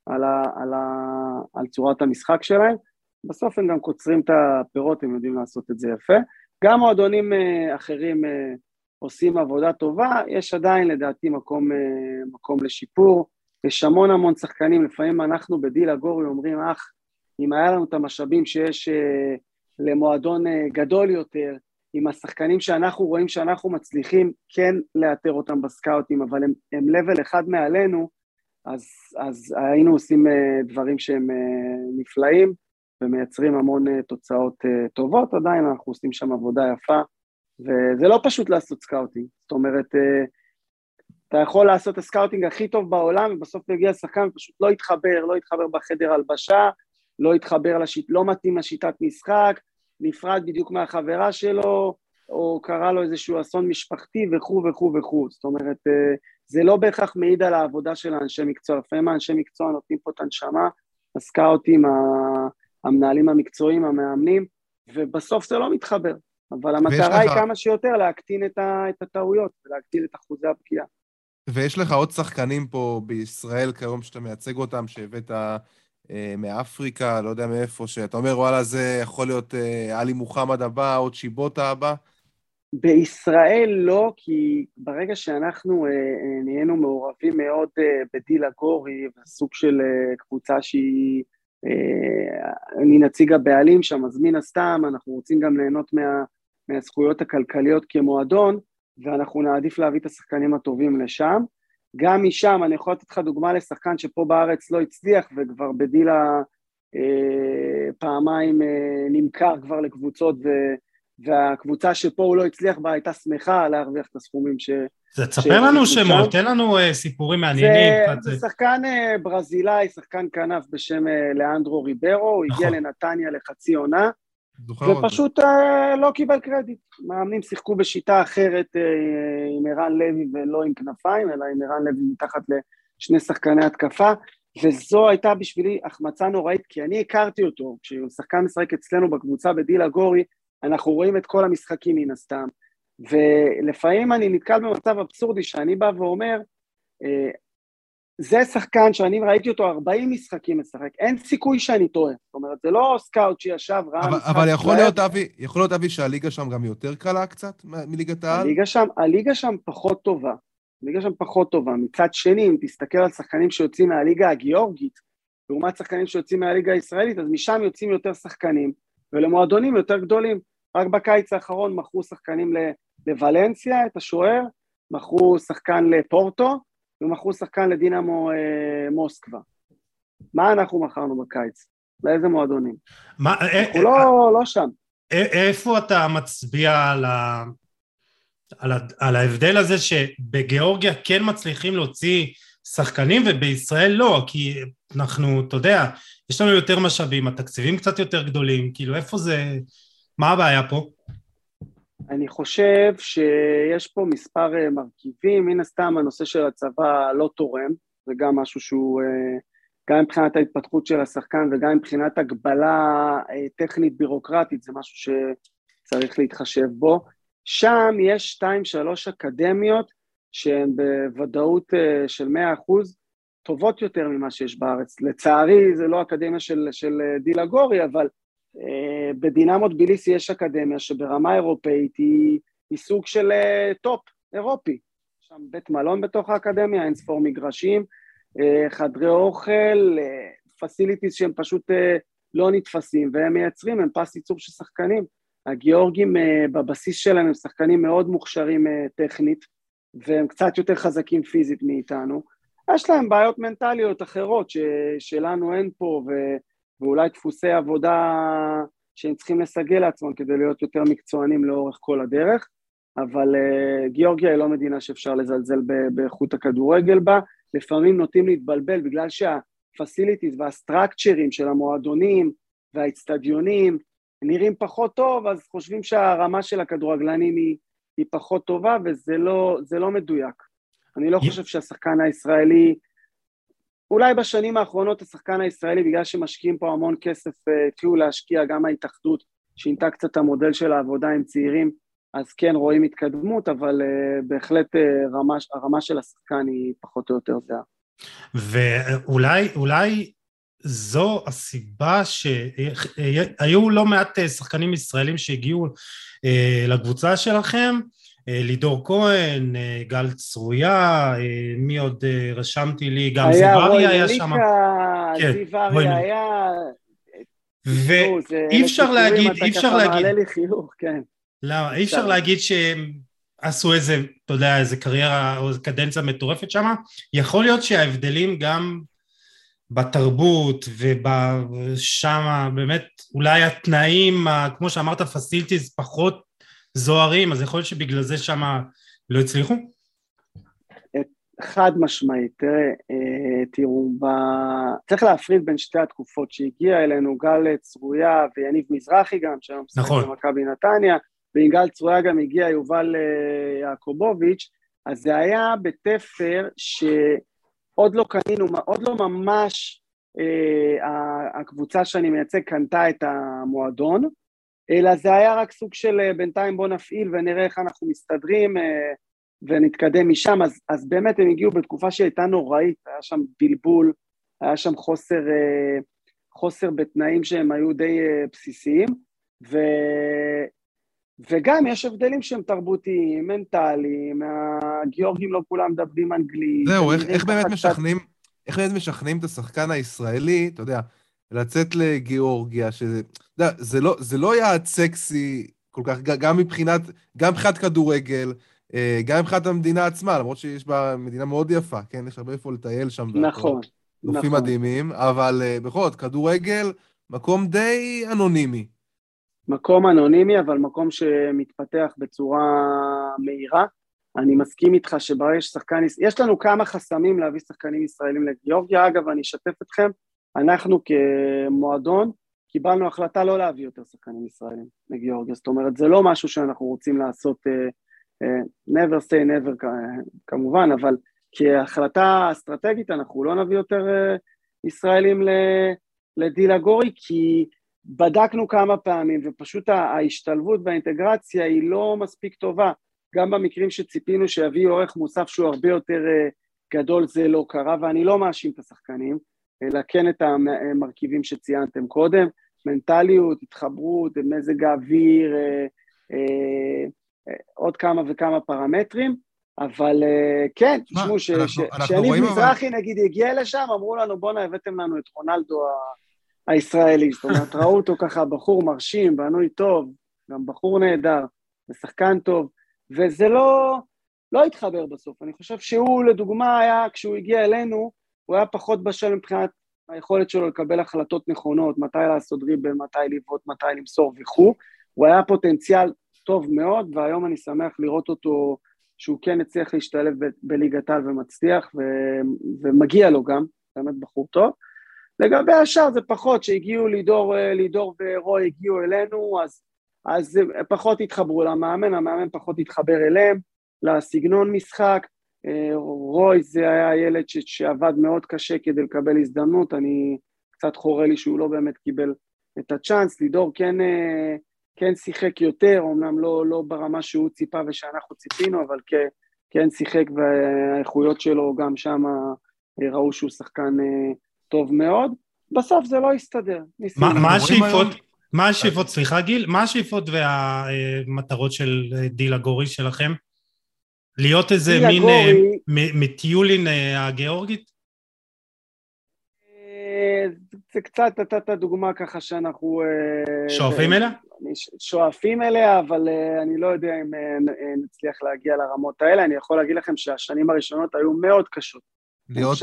על צורת המשחק שלהם, בסוף הם גם קוצרים את הפירות, הם יודעים לעשות את זה יפה. גם מועדונים אחרים עושים עבודה טובה, יש עדיין לדעתי מקום לשיפור, יש המון שחקנים, לפעמים אנחנו בדיל הגורי אומרים, אם היה לנו את המשאבים שיש למועדון גדול יותר, עם השחקנים שאנחנו רואים שאנחנו מצליחים כן לאתר אותם בסקאוטים, אבל הם לבל אחד מעלינו, אז היינו עושים דברים שהם נפלאים, ומייצרים המון תוצאות טובות, עדיין אנחנו עושים שם עבודה יפה, וזה לא פשוט לעשות סקאוטינג, זאת אומרת, אתה יכול לעשות הסקאוטינג הכי טוב בעולם, ובסוף מגיע שחקן ופשוט לא יתחבר בחדר הלבשה, לא מתאים לשיטת משחק, נפרד בדיוק מהחברה שלו, או קרה לו איזשהו אסון משפחתי וכו', זאת אומרת, זה לא בהכרח מעיד על העבודה של האנשי מקצוע, לפעמים האנשי מקצוע נותנים פה את הנשמה, הסקאוטים, המנהלים המקצועיים, המאמנים, ובסוף זה לא מתחבר, אבל המטרה היא כמה שיותר להקטין את הטעויות, ולהקטין את אחוזי הפגיעה. ויש לך עוד שחקנים פה בישראל כיום שאתה מייצג אותם, שהבאת מאפריקה, לא יודע מאיפה, שאתה אומר, וואלה, זה יכול להיות עלי מוחמד הבא, או צ'יבוטה הבא? בישראל לא, כי ברגע שאנחנו נהיינו מעורבים מאוד בדיל הגורי, בסוג של קבוצה שהיא, אני נציג הבעלים שם, אז מן הסתם, אנחנו רוצים גם ליהנות מהזכויות הכלכליות כמועדון, ואנחנו נעדיף להביא את השחקנים הטובים לשם. גם משם, אני יכול לתת לך דוגמה לשחקן שפה בארץ לא הצליח, וכבר בדילה פעמיים נמכר כבר לקבוצות, והקבוצה שפה הוא לא הצליח בה הייתה שמחה להרוויח את הסכומים זה תספר לנו שמות, תן לנו סיפורים מעניינים. זה שחקן ברזילאי, שחקן כנף בשם לאנדרו ריברו, הוא הגיע לנתניה לחצי עונה, ופשוט לא קיבל קרדיט. מאמנים שיחקו בשיטה אחרת עם ערן לוי ולא עם כנפיים, אלא עם ערן לוי מתחת לשני שחקני התקפה, וזו הייתה בשבילי החמצה נוראית, כי אני הכרתי אותו, כשהוא שחקן משחק אצלנו בקבוצה בדיל הגורי, אנחנו רואים את כל המשחקים מן הסתם, ולפעמים אני נתקל במצב אבסורדי שאני בא ואומר, זה שחקן שאני ראיתי אותו 40 משחקים משחק, אין סיכוי שאני טועה, זאת אומרת, זה לא סקאוט שישב ראה משחק. אבל יכול להיות אבי שהליגה שם גם יותר קלה קצת מליגת העל? הליגה שם פחות טובה, מצד שני, אם תסתכל על שחקנים שיוצאים מהליגה הגיאורגית, לעומת שחקנים שיוצאים מהליגה הישראלית, אז משם יוצאים יותר שחקנים, ולמועדונים יותר גדולים. רק בקיץ האחרון מכרו שחקנים לוולנסיה, את השוער, מכרו שחקן לפורטו, ומכרו שחקן לדינמו מוסקבה. מה אנחנו מכרנו בקיץ? לאיזה מועדונים? אנחנו לא שם. איפה אתה מצביע על ההבדל הזה שבגיאורגיה כן מצליחים להוציא שחקנים ובישראל לא, כי אנחנו, אתה יודע, יש לנו יותר משאבים, התקציבים קצת יותר גדולים, כאילו איפה זה, מה הבעיה פה? אני חושב שיש פה מספר מרכיבים, מן הסתם הנושא של הצבא לא תורם, זה גם משהו שהוא, גם מבחינת ההתפתחות של השחקן וגם מבחינת הגבלה טכנית בירוקרטית, זה משהו שצריך להתחשב בו. שם יש 2-3 אקדמיות שהן בוודאות של 100% טובות יותר ממה שיש בארץ. לצערי זה לא אקדמיה של דילגורי, אבל בדינמו טביליסי יש אקדמיה שברמה אירופאית היא סוג של טופ אירופי. שם בית מלון בתוך האקדמיה, אין ספור מגרשים, חדרי אוכל, פסיליטיז שהם פשוט לא נתפסים, והם מייצרים, הם פס ייצור של שחקנים. הגיאורגים בבסיס שלהם הם שחקנים מאוד מוכשרים טכנית, והם קצת יותר חזקים פיזית מאיתנו. יש להם בעיות מנטליות אחרות שלנו אין פה, ואולי דפוסי עבודה שהם צריכים לסגל לעצמם כדי להיות יותר מקצוענים לאורך כל הדרך, אבל גיאורגיה היא לא מדינה שאפשר לזלזל באיכות הכדורגל בה, לפעמים נוטים להתבלבל בגלל שהפסיליטיז והסטרקצ'רים של המועדונים והאצטדיונים נראים פחות טוב, אז חושבים שהרמה של הכדורגלנים היא פחות טובה, וזה לא מדויק. אני לא חושב שהשחקן הישראלי, אולי בשנים האחרונות השחקן הישראלי, בגלל שמשקיעים פה המון כסף, התחילו להשקיע, גם ההתאחדות, שינתה קצת המודל של העבודה עם צעירים, אז כן רואים התקדמות, אבל בהחלט הרמה של השחקן היא פחות או יותר זהה. ואולי זו הסיבה שהיו לא מעט שחקנים ישראלים שהגיעו לקבוצה שלכם, לידור כהן, גל צרויה, מי עוד רשמתי לי, גם זיווארי היה שם. זיווארי היה... ואי אפשר להגיד, לא, אי אפשר להגיד שהם עשו איזה, אתה יודע, איזה קריירה או קדנציה מטורפת שם, יכול להיות שההבדלים גם בתרבות ובשם באמת אולי התנאים, כמו שאמרת, פסיליטיז פחות זוהרים, אז יכול להיות שבגלל זה שם לא הצליחו? חד משמעית, תראו, צריך להפריד בין שתי התקופות שהגיע אלינו, גל צרויה ויניב מזרחי גם, שהיום משחק במכבי נתניה, ועם גל צרויה גם הגיע יובל יעקובוביץ', אז זה היה בתפר שעוד לא קנינו, עוד לא ממש הקבוצה שאני מייצג קנתה את המועדון, אלא זה היה רק סוג של בינתיים בוא נפעיל ונראה איך אנחנו מסתדרים ונתקדם משם, אז באמת הם הגיעו בתקופה שהייתה נוראית, היה שם בלבול, היה שם חוסר בתנאים שהם היו די בסיסיים, וגם יש הבדלים שהם תרבותיים, מנטליים, הגיאורגים לא כולם מדברים אנגלית. זהו, איך באמת משכנעים את השחקן הישראלי, אתה יודע, לצאת לגיאורגיה, שזה, אתה יודע, זה לא יעד סקסי כל כך, גם מבחינת כדורגל, גם מבחינת המדינה עצמה, למרות שיש בה מדינה מאוד יפה, כן? יש הרבה איפה לטייל שם. נכון. נופים מדהימים, אבל בכל זאת, כדורגל, מקום די אנונימי. מקום אנונימי, אבל מקום שמתפתח בצורה מהירה. אני מסכים איתך שברגע ששחקן... יש לנו כמה חסמים להביא שחקנים ישראלים לגיאורגיה. אגב, אני אשתף אתכם, אנחנו כמועדון קיבלנו החלטה לא להביא יותר שחקנים ישראלים לגיאורגיה. זאת אומרת, זה לא משהו שאנחנו רוצים לעשות... never say never כמובן, אבל כהחלטה אסטרטגית אנחנו לא נביא יותר ישראלים לדילגורי, כי בדקנו כמה פעמים, ופשוט ההשתלבות והאינטגרציה היא לא מספיק טובה, גם במקרים שציפינו שיביא עורך מוסף שהוא הרבה יותר גדול, זה לא קרה, ואני לא מאשים את השחקנים, אלא כן את המרכיבים שציינתם קודם, מנטליות, התחברות, מזג האוויר, עוד כמה וכמה פרמטרים, אבל כן, תשמעו, שאני מזרחי נגיד הגיע לשם, אמרו לנו בוא'נה הבאתם לנו את רונלדו הישראלי, זאת אומרת ראו אותו ככה בחור מרשים, בנוי טוב, גם בחור נהדר, ושחקן טוב, וזה לא התחבר בסוף. אני חושב שהוא לדוגמה היה, כשהוא הגיע אלינו, הוא היה פחות בשל מבחינת היכולת שלו לקבל החלטות נכונות, מתי לעשות דריבל, מתי לבעוט, מתי למסור וכו', הוא היה פוטנציאל טוב מאוד, והיום אני שמח לראות אותו שהוא כן הצליח להשתלב בליגת העל ומצליח, ומגיע לו גם, באמת בחור טוב. לגבי השאר זה פחות, שהגיעו לידור ורוי הגיעו אלינו, אז פחות התחברו למאמן, המאמן פחות התחבר אליהם, לסגנון משחק. רוי זה היה ילד שעבד מאוד קשה כדי לקבל הזדמנות, אני קצת חורה לי שהוא לא באמת קיבל את הצ'אנס. לידור כן שיחק יותר, אמנם לא ברמה שהוא ציפה ושאנחנו ציפינו, אבל כן שיחק, והאיכויות שלו גם שם ראו שהוא שחקן טוב מאוד. בסוף זה לא יסתדר. מה השאיפות, סליחה גיל, מה השאיפות והמטרות של דילה גורי שלכם? להיות איזה מין מטיולין הגיאורגית? זה קצת, נתת דוגמה ככה שאנחנו שואפים אליה? שואפים אליה, אבל אני לא יודע אם נצליח להגיע לרמות האלה. אני יכול להגיד לכם שהשנים הראשונות היו מאוד קשות. להיות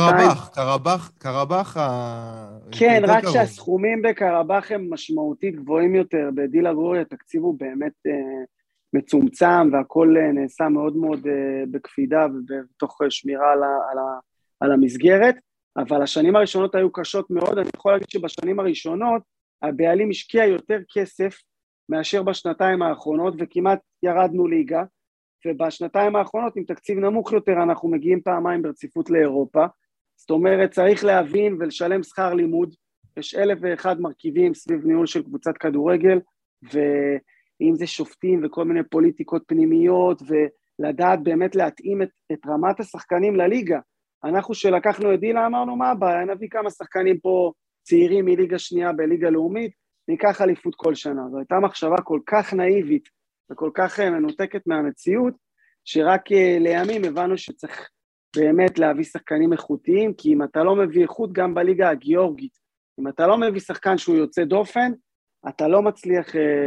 קרבח. כן, רק שהסכומים בקרבח הם משמעותית גבוהים יותר. בדילה גורי התקציב הוא באמת מצומצם, והכל נעשה מאוד מאוד בקפידה ובתוך שמירה על המסגרת, אבל השנים הראשונות היו קשות מאוד. אני יכול להגיד שבשנים הראשונות הבעלים השקיע יותר כסף מאשר בשנתיים האחרונות, וכמעט ירדנו ליגה, ובשנתיים האחרונות עם תקציב נמוך יותר אנחנו מגיעים פעמיים ברציפות לאירופה. זאת אומרת, צריך להבין ולשלם שכר לימוד, יש 1,001 מרכיבים סביב ניהול של קבוצת כדורגל, ואם זה שופטים וכל מיני פוליטיקות פנימיות, ולדעת באמת להתאים את רמת השחקנים לליגה. אנחנו שלקחנו את דילה אמרנו, מה הבעיה? נביא כמה שחקנים פה צעירים מליגה שנייה בליגה לאומית, ניקח אליפות כל שנה. זו הייתה מחשבה כל כך נאיבית, וכל כך מנותקת מהמציאות, שרק לימים הבנו שצריך באמת להביא שחקנים איכותיים, כי אם אתה לא מביא איכות גם בליגה הגיאורגית, אם אתה לא מביא שחקן שהוא יוצא דופן, אתה לא מצליח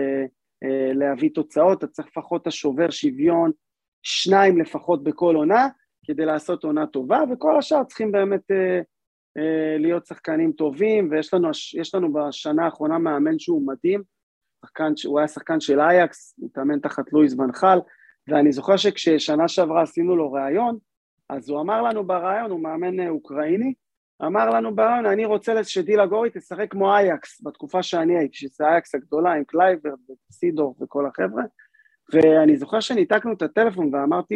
להביא תוצאות, אתה צריך לפחות השובר שוויון, 2 לפחות בכל עונה, כדי לעשות עונה טובה, וכל השאר צריכים באמת להיות שחקנים טובים, ויש לנו בשנה האחרונה מאמן שהוא מדהים, הוא היה שחקן של אייקס, הוא תאמן תחת לואיס ון חל, ואני זוכר שכששנה שעברה עשינו לו ראיון, אז הוא אמר לנו בראיון, הוא מאמן אוקראיני, אמר לנו בראיון, אני רוצה שדילה גורי תשחק כמו אייקס, בתקופה שאני הייתי, שזה אייקס הגדולה עם קלייבר וסידור וכל החבר'ה, ואני זוכר שניתקנו את הטלפון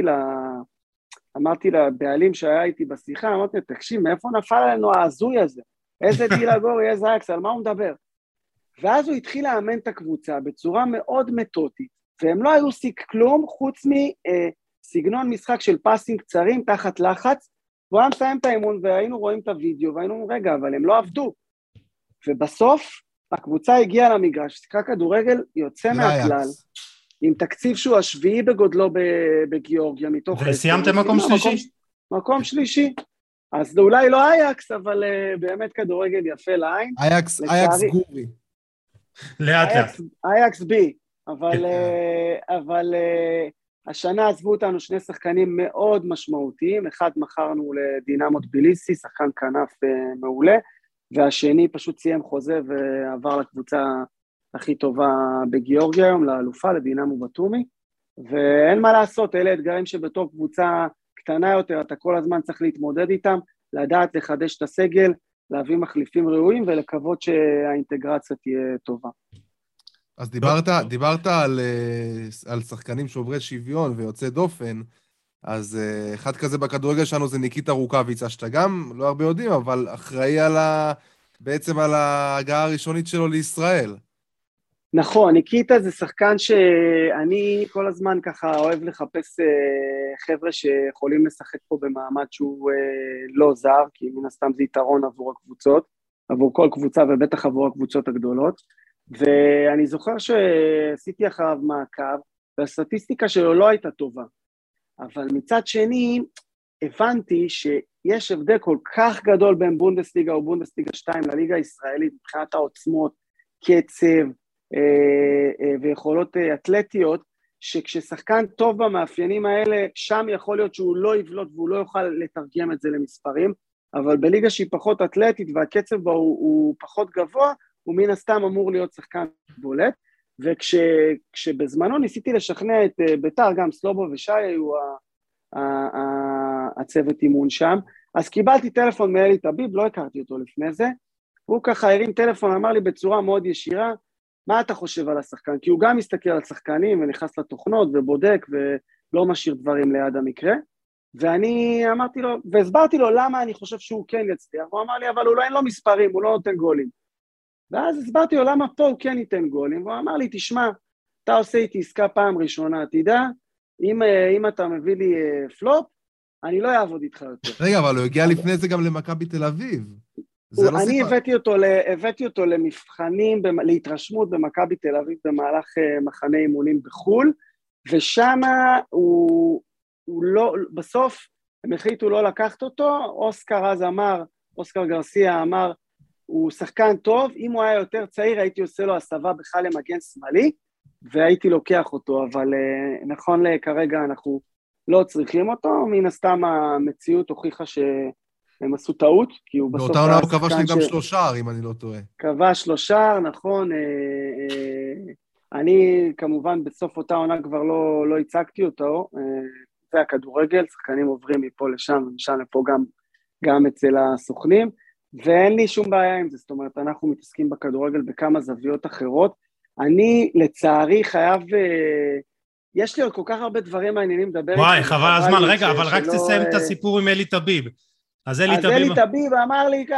ואמרתי לבעלים שהיה איתי בשיחה, אמרתי, תקשיב, מאיפה נפל עלינו העזוי הזה? איזה דילה גורי, איזה אייקס, על מה הוא מדבר? ואז הוא התחיל לאמן את הקבוצה בצורה מאוד מתודית, והם לא היו סיק כלום, חוץ מסגנון משחק של פאסינג קצרים תחת לחץ, והוא היה מסיים את האימון, והיינו רואים את הוידאו, והיינו אומרים, רגע, אבל הם לא עבדו. ובסוף, הקבוצה הגיעה למגרש, שיחקה כדורגל יוצא מהכלל, עם תקציב שהוא השביעי בגודלו בגיאורגיה, מתוך... וסיימתם מקום שלישי? מקום שלישי. אז אולי לא אייקס, אבל באמת כדורגל יפה לעין. אייקס גורי. לאט לאט. אייקס בי, אבל השנה עזבו אותנו 2 שחקנים מאוד משמעותיים, אחד מכרנו לדינמו טביליסי, שחקן כנף מעולה, והשני פשוט סיים חוזה ועבר לקבוצה הכי טובה בגיאורגיה היום, לאלופה, לדינמו בטומי, ואין מה לעשות, אלה אתגרים שבתור קבוצה קטנה יותר, אתה כל הזמן צריך להתמודד איתם, לדעת לחדש את הסגל, להביא מחליפים ראויים, ולקוות שהאינטגרציה תהיה טובה. אז דיברת על שחקנים שוברי שוויון ויוצא דופן, אז אחד כזה בכדורגל שלנו זה ניקיטה רוקאביצה, שאתה גם, לא הרבה יודעים, אבל אחראי בעצם על ההגעה הראשונית שלו לישראל. נכון, ניקיטה זה שחקן שאני כל הזמן ככה אוהב לחפש חבר'ה שיכולים לשחק פה במעמד שהוא לא זר, כי מן הסתם זה יתרון עבור הקבוצות, עבור כל קבוצה ובטח עבור הקבוצות הגדולות, ואני זוכר שעשיתי אחריו מעקב, והסטטיסטיקה שלו לא הייתה טובה, אבל מצד שני הבנתי שיש הבדל כל כך גדול בין בונדסליגה או בונדסליגה 2 לליגה הישראלית, מבחינת העוצמות, קצב, ויכולות אתלטיות, שכששחקן טוב במאפיינים האלה, שם יכול להיות שהוא לא יבלוט והוא לא יוכל לתרגם את זה למספרים, אבל בליגה שהיא פחות אתלטית והקצב בה הוא פחות גבוה, הוא מן הסתם אמור להיות שחקן בולט, וכשבזמנו ניסיתי לשכנע את ביתר, גם סלובו ושי היו הצוות אימון שם, אז קיבלתי טלפון מאלי טביב, לא הכרתי אותו לפני זה, הוא ככה הרים טלפון, אמר לי בצורה מאוד ישירה, מה אתה חושב על השחקן? כי הוא גם מסתכל על שחקנים ונכנס לתוכנות ובודק ולא משאיר דברים ליד המקרה, ואני אמרתי לו, והסברתי לו למה אני חושב שהוא כן יצליח, הוא אמר לי, אבל אין לו מספרים, הוא לא נותן גולים. ואז הסברתי לו למה פה הוא כן ייתן גולים, והוא אמר לי, תשמע, אתה עושה איתי עסקה פעם ראשונה, תדע, אם אתה מביא לי פלופ, אני לא אעבוד איתך יותר. רגע, אבל הוא הגיע לפני זה גם למכבי תל אביב. אני הבאתי אותו למבחנים, להתרשמות במכבי תל אביב במהלך מחנה אימונים בחול, ושם הוא לא, בסוף הם החליטו לא לקחת אותו, אוסקר גרסיה אמר, הוא שחקן טוב, אם הוא היה יותר צעיר הייתי עושה לו הסבה בכלל למגן שמאלי, והייתי לוקח אותו, אבל נכון כרגע אנחנו לא צריכים אותו, מן הסתם המציאות הוכיחה שהם עשו טעות, כי הוא בסוף... באותה עונה הוא כבש לי גם 3 שערים, אם אני לא טועה. כבש 3 שערים, נכון, אני כמובן בסוף אותה עונה כבר לא הצגתי אותו, זה הכדורגל, שחקנים עוברים מפה לשם ומשם לפה גם אצל הסוכנים, ואין לי שום בעיה עם זה, זאת אומרת, אנחנו מתעסקים בכדורגל בכמה זוויות אחרות, אני לצערי חייב, יש לי עוד כל כך הרבה דברים מעניינים לדבר. וואי, חבל הזמן, רגע, אבל רק תסיים את הסיפור עם אלי טביב. אז אלי טביב אמר לי,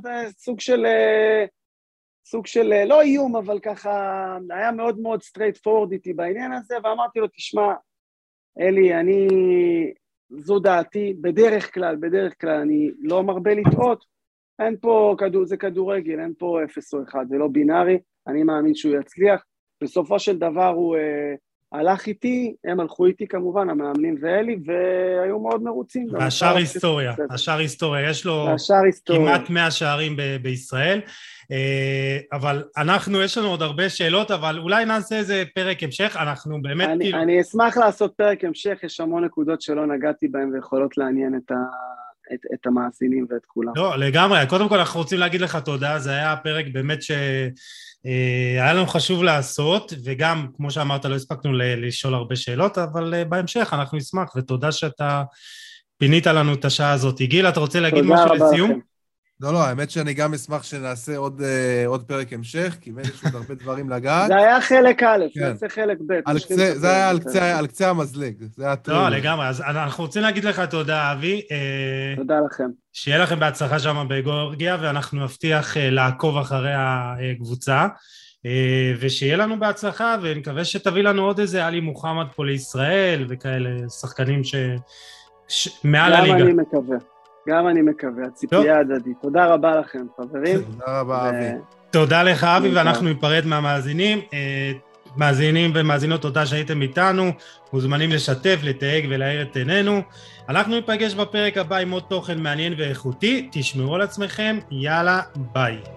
סוג של, לא איום, אבל ככה, היה מאוד מאוד straight forward איתי בעניין הזה, ואמרתי לו, תשמע, אלי, זו דעתי, בדרך כלל, אני לא מרבה לטעות, אין פה, זה כדורגל, אין פה 0 או 1, זה לא בינארי, אני מאמין שהוא יצליח, בסופו של דבר הוא הלך איתי, הם הלכו איתי כמובן, המאמנים ואלי, והיו מאוד מרוצים. והשאר היסטוריה, יש לו כמעט 100 שערים בישראל, אבל יש לנו עוד הרבה שאלות, אבל אולי נעשה איזה פרק המשך, אנחנו באמת... אני אשמח לעשות פרק המשך, יש המון נקודות שלא נגעתי בהן, ויכולות לעניין את המאזינים ואת כולם. לא, לגמרי, קודם כל אנחנו רוצים להגיד לך תודה, זה היה פרק באמת שהיה לנו חשוב לעשות, וגם, כמו שאמרת, לא הספקנו לשאול הרבה שאלות, אבל בהמשך אנחנו נשמח, ותודה שאתה פינית לנו את השעה הזאת. גיל, אתה רוצה להגיד משהו לסיום? לא, האמת שאני גם אשמח שנעשה עוד פרק המשך, כי יש עוד הרבה דברים לגעת. זה היה חלק א', נעשה חלק ב'. זה היה על קצה המזלג. לא, לגמרי, אז אנחנו רוצים להגיד לך תודה, אבי. תודה לכם. שיהיה לכם בהצלחה שם בגיאורגיה, ואנחנו נבטיח לעקוב אחרי הקבוצה, ושיהיה לנו בהצלחה, ונקווה שתביא לנו עוד איזה עלי מוחמד פה לישראל, וכאלה שחקנים מעל הליגה. גם אני מקווה, הציפייה הדדית. תודה רבה לכם, חברים. תודה רבה, אבי. תודה לך, אבי, ואנחנו ניפרד מהמאזינים. מאזינים ומאזינות, תודה שהייתם איתנו. מוזמנים לשתף, לתייג ולהאיר את עינינו. אנחנו ניפגש בפרק הבא עם עוד תוכן מעניין ואיכותי. תשמרו על עצמכם, יאללה, ביי.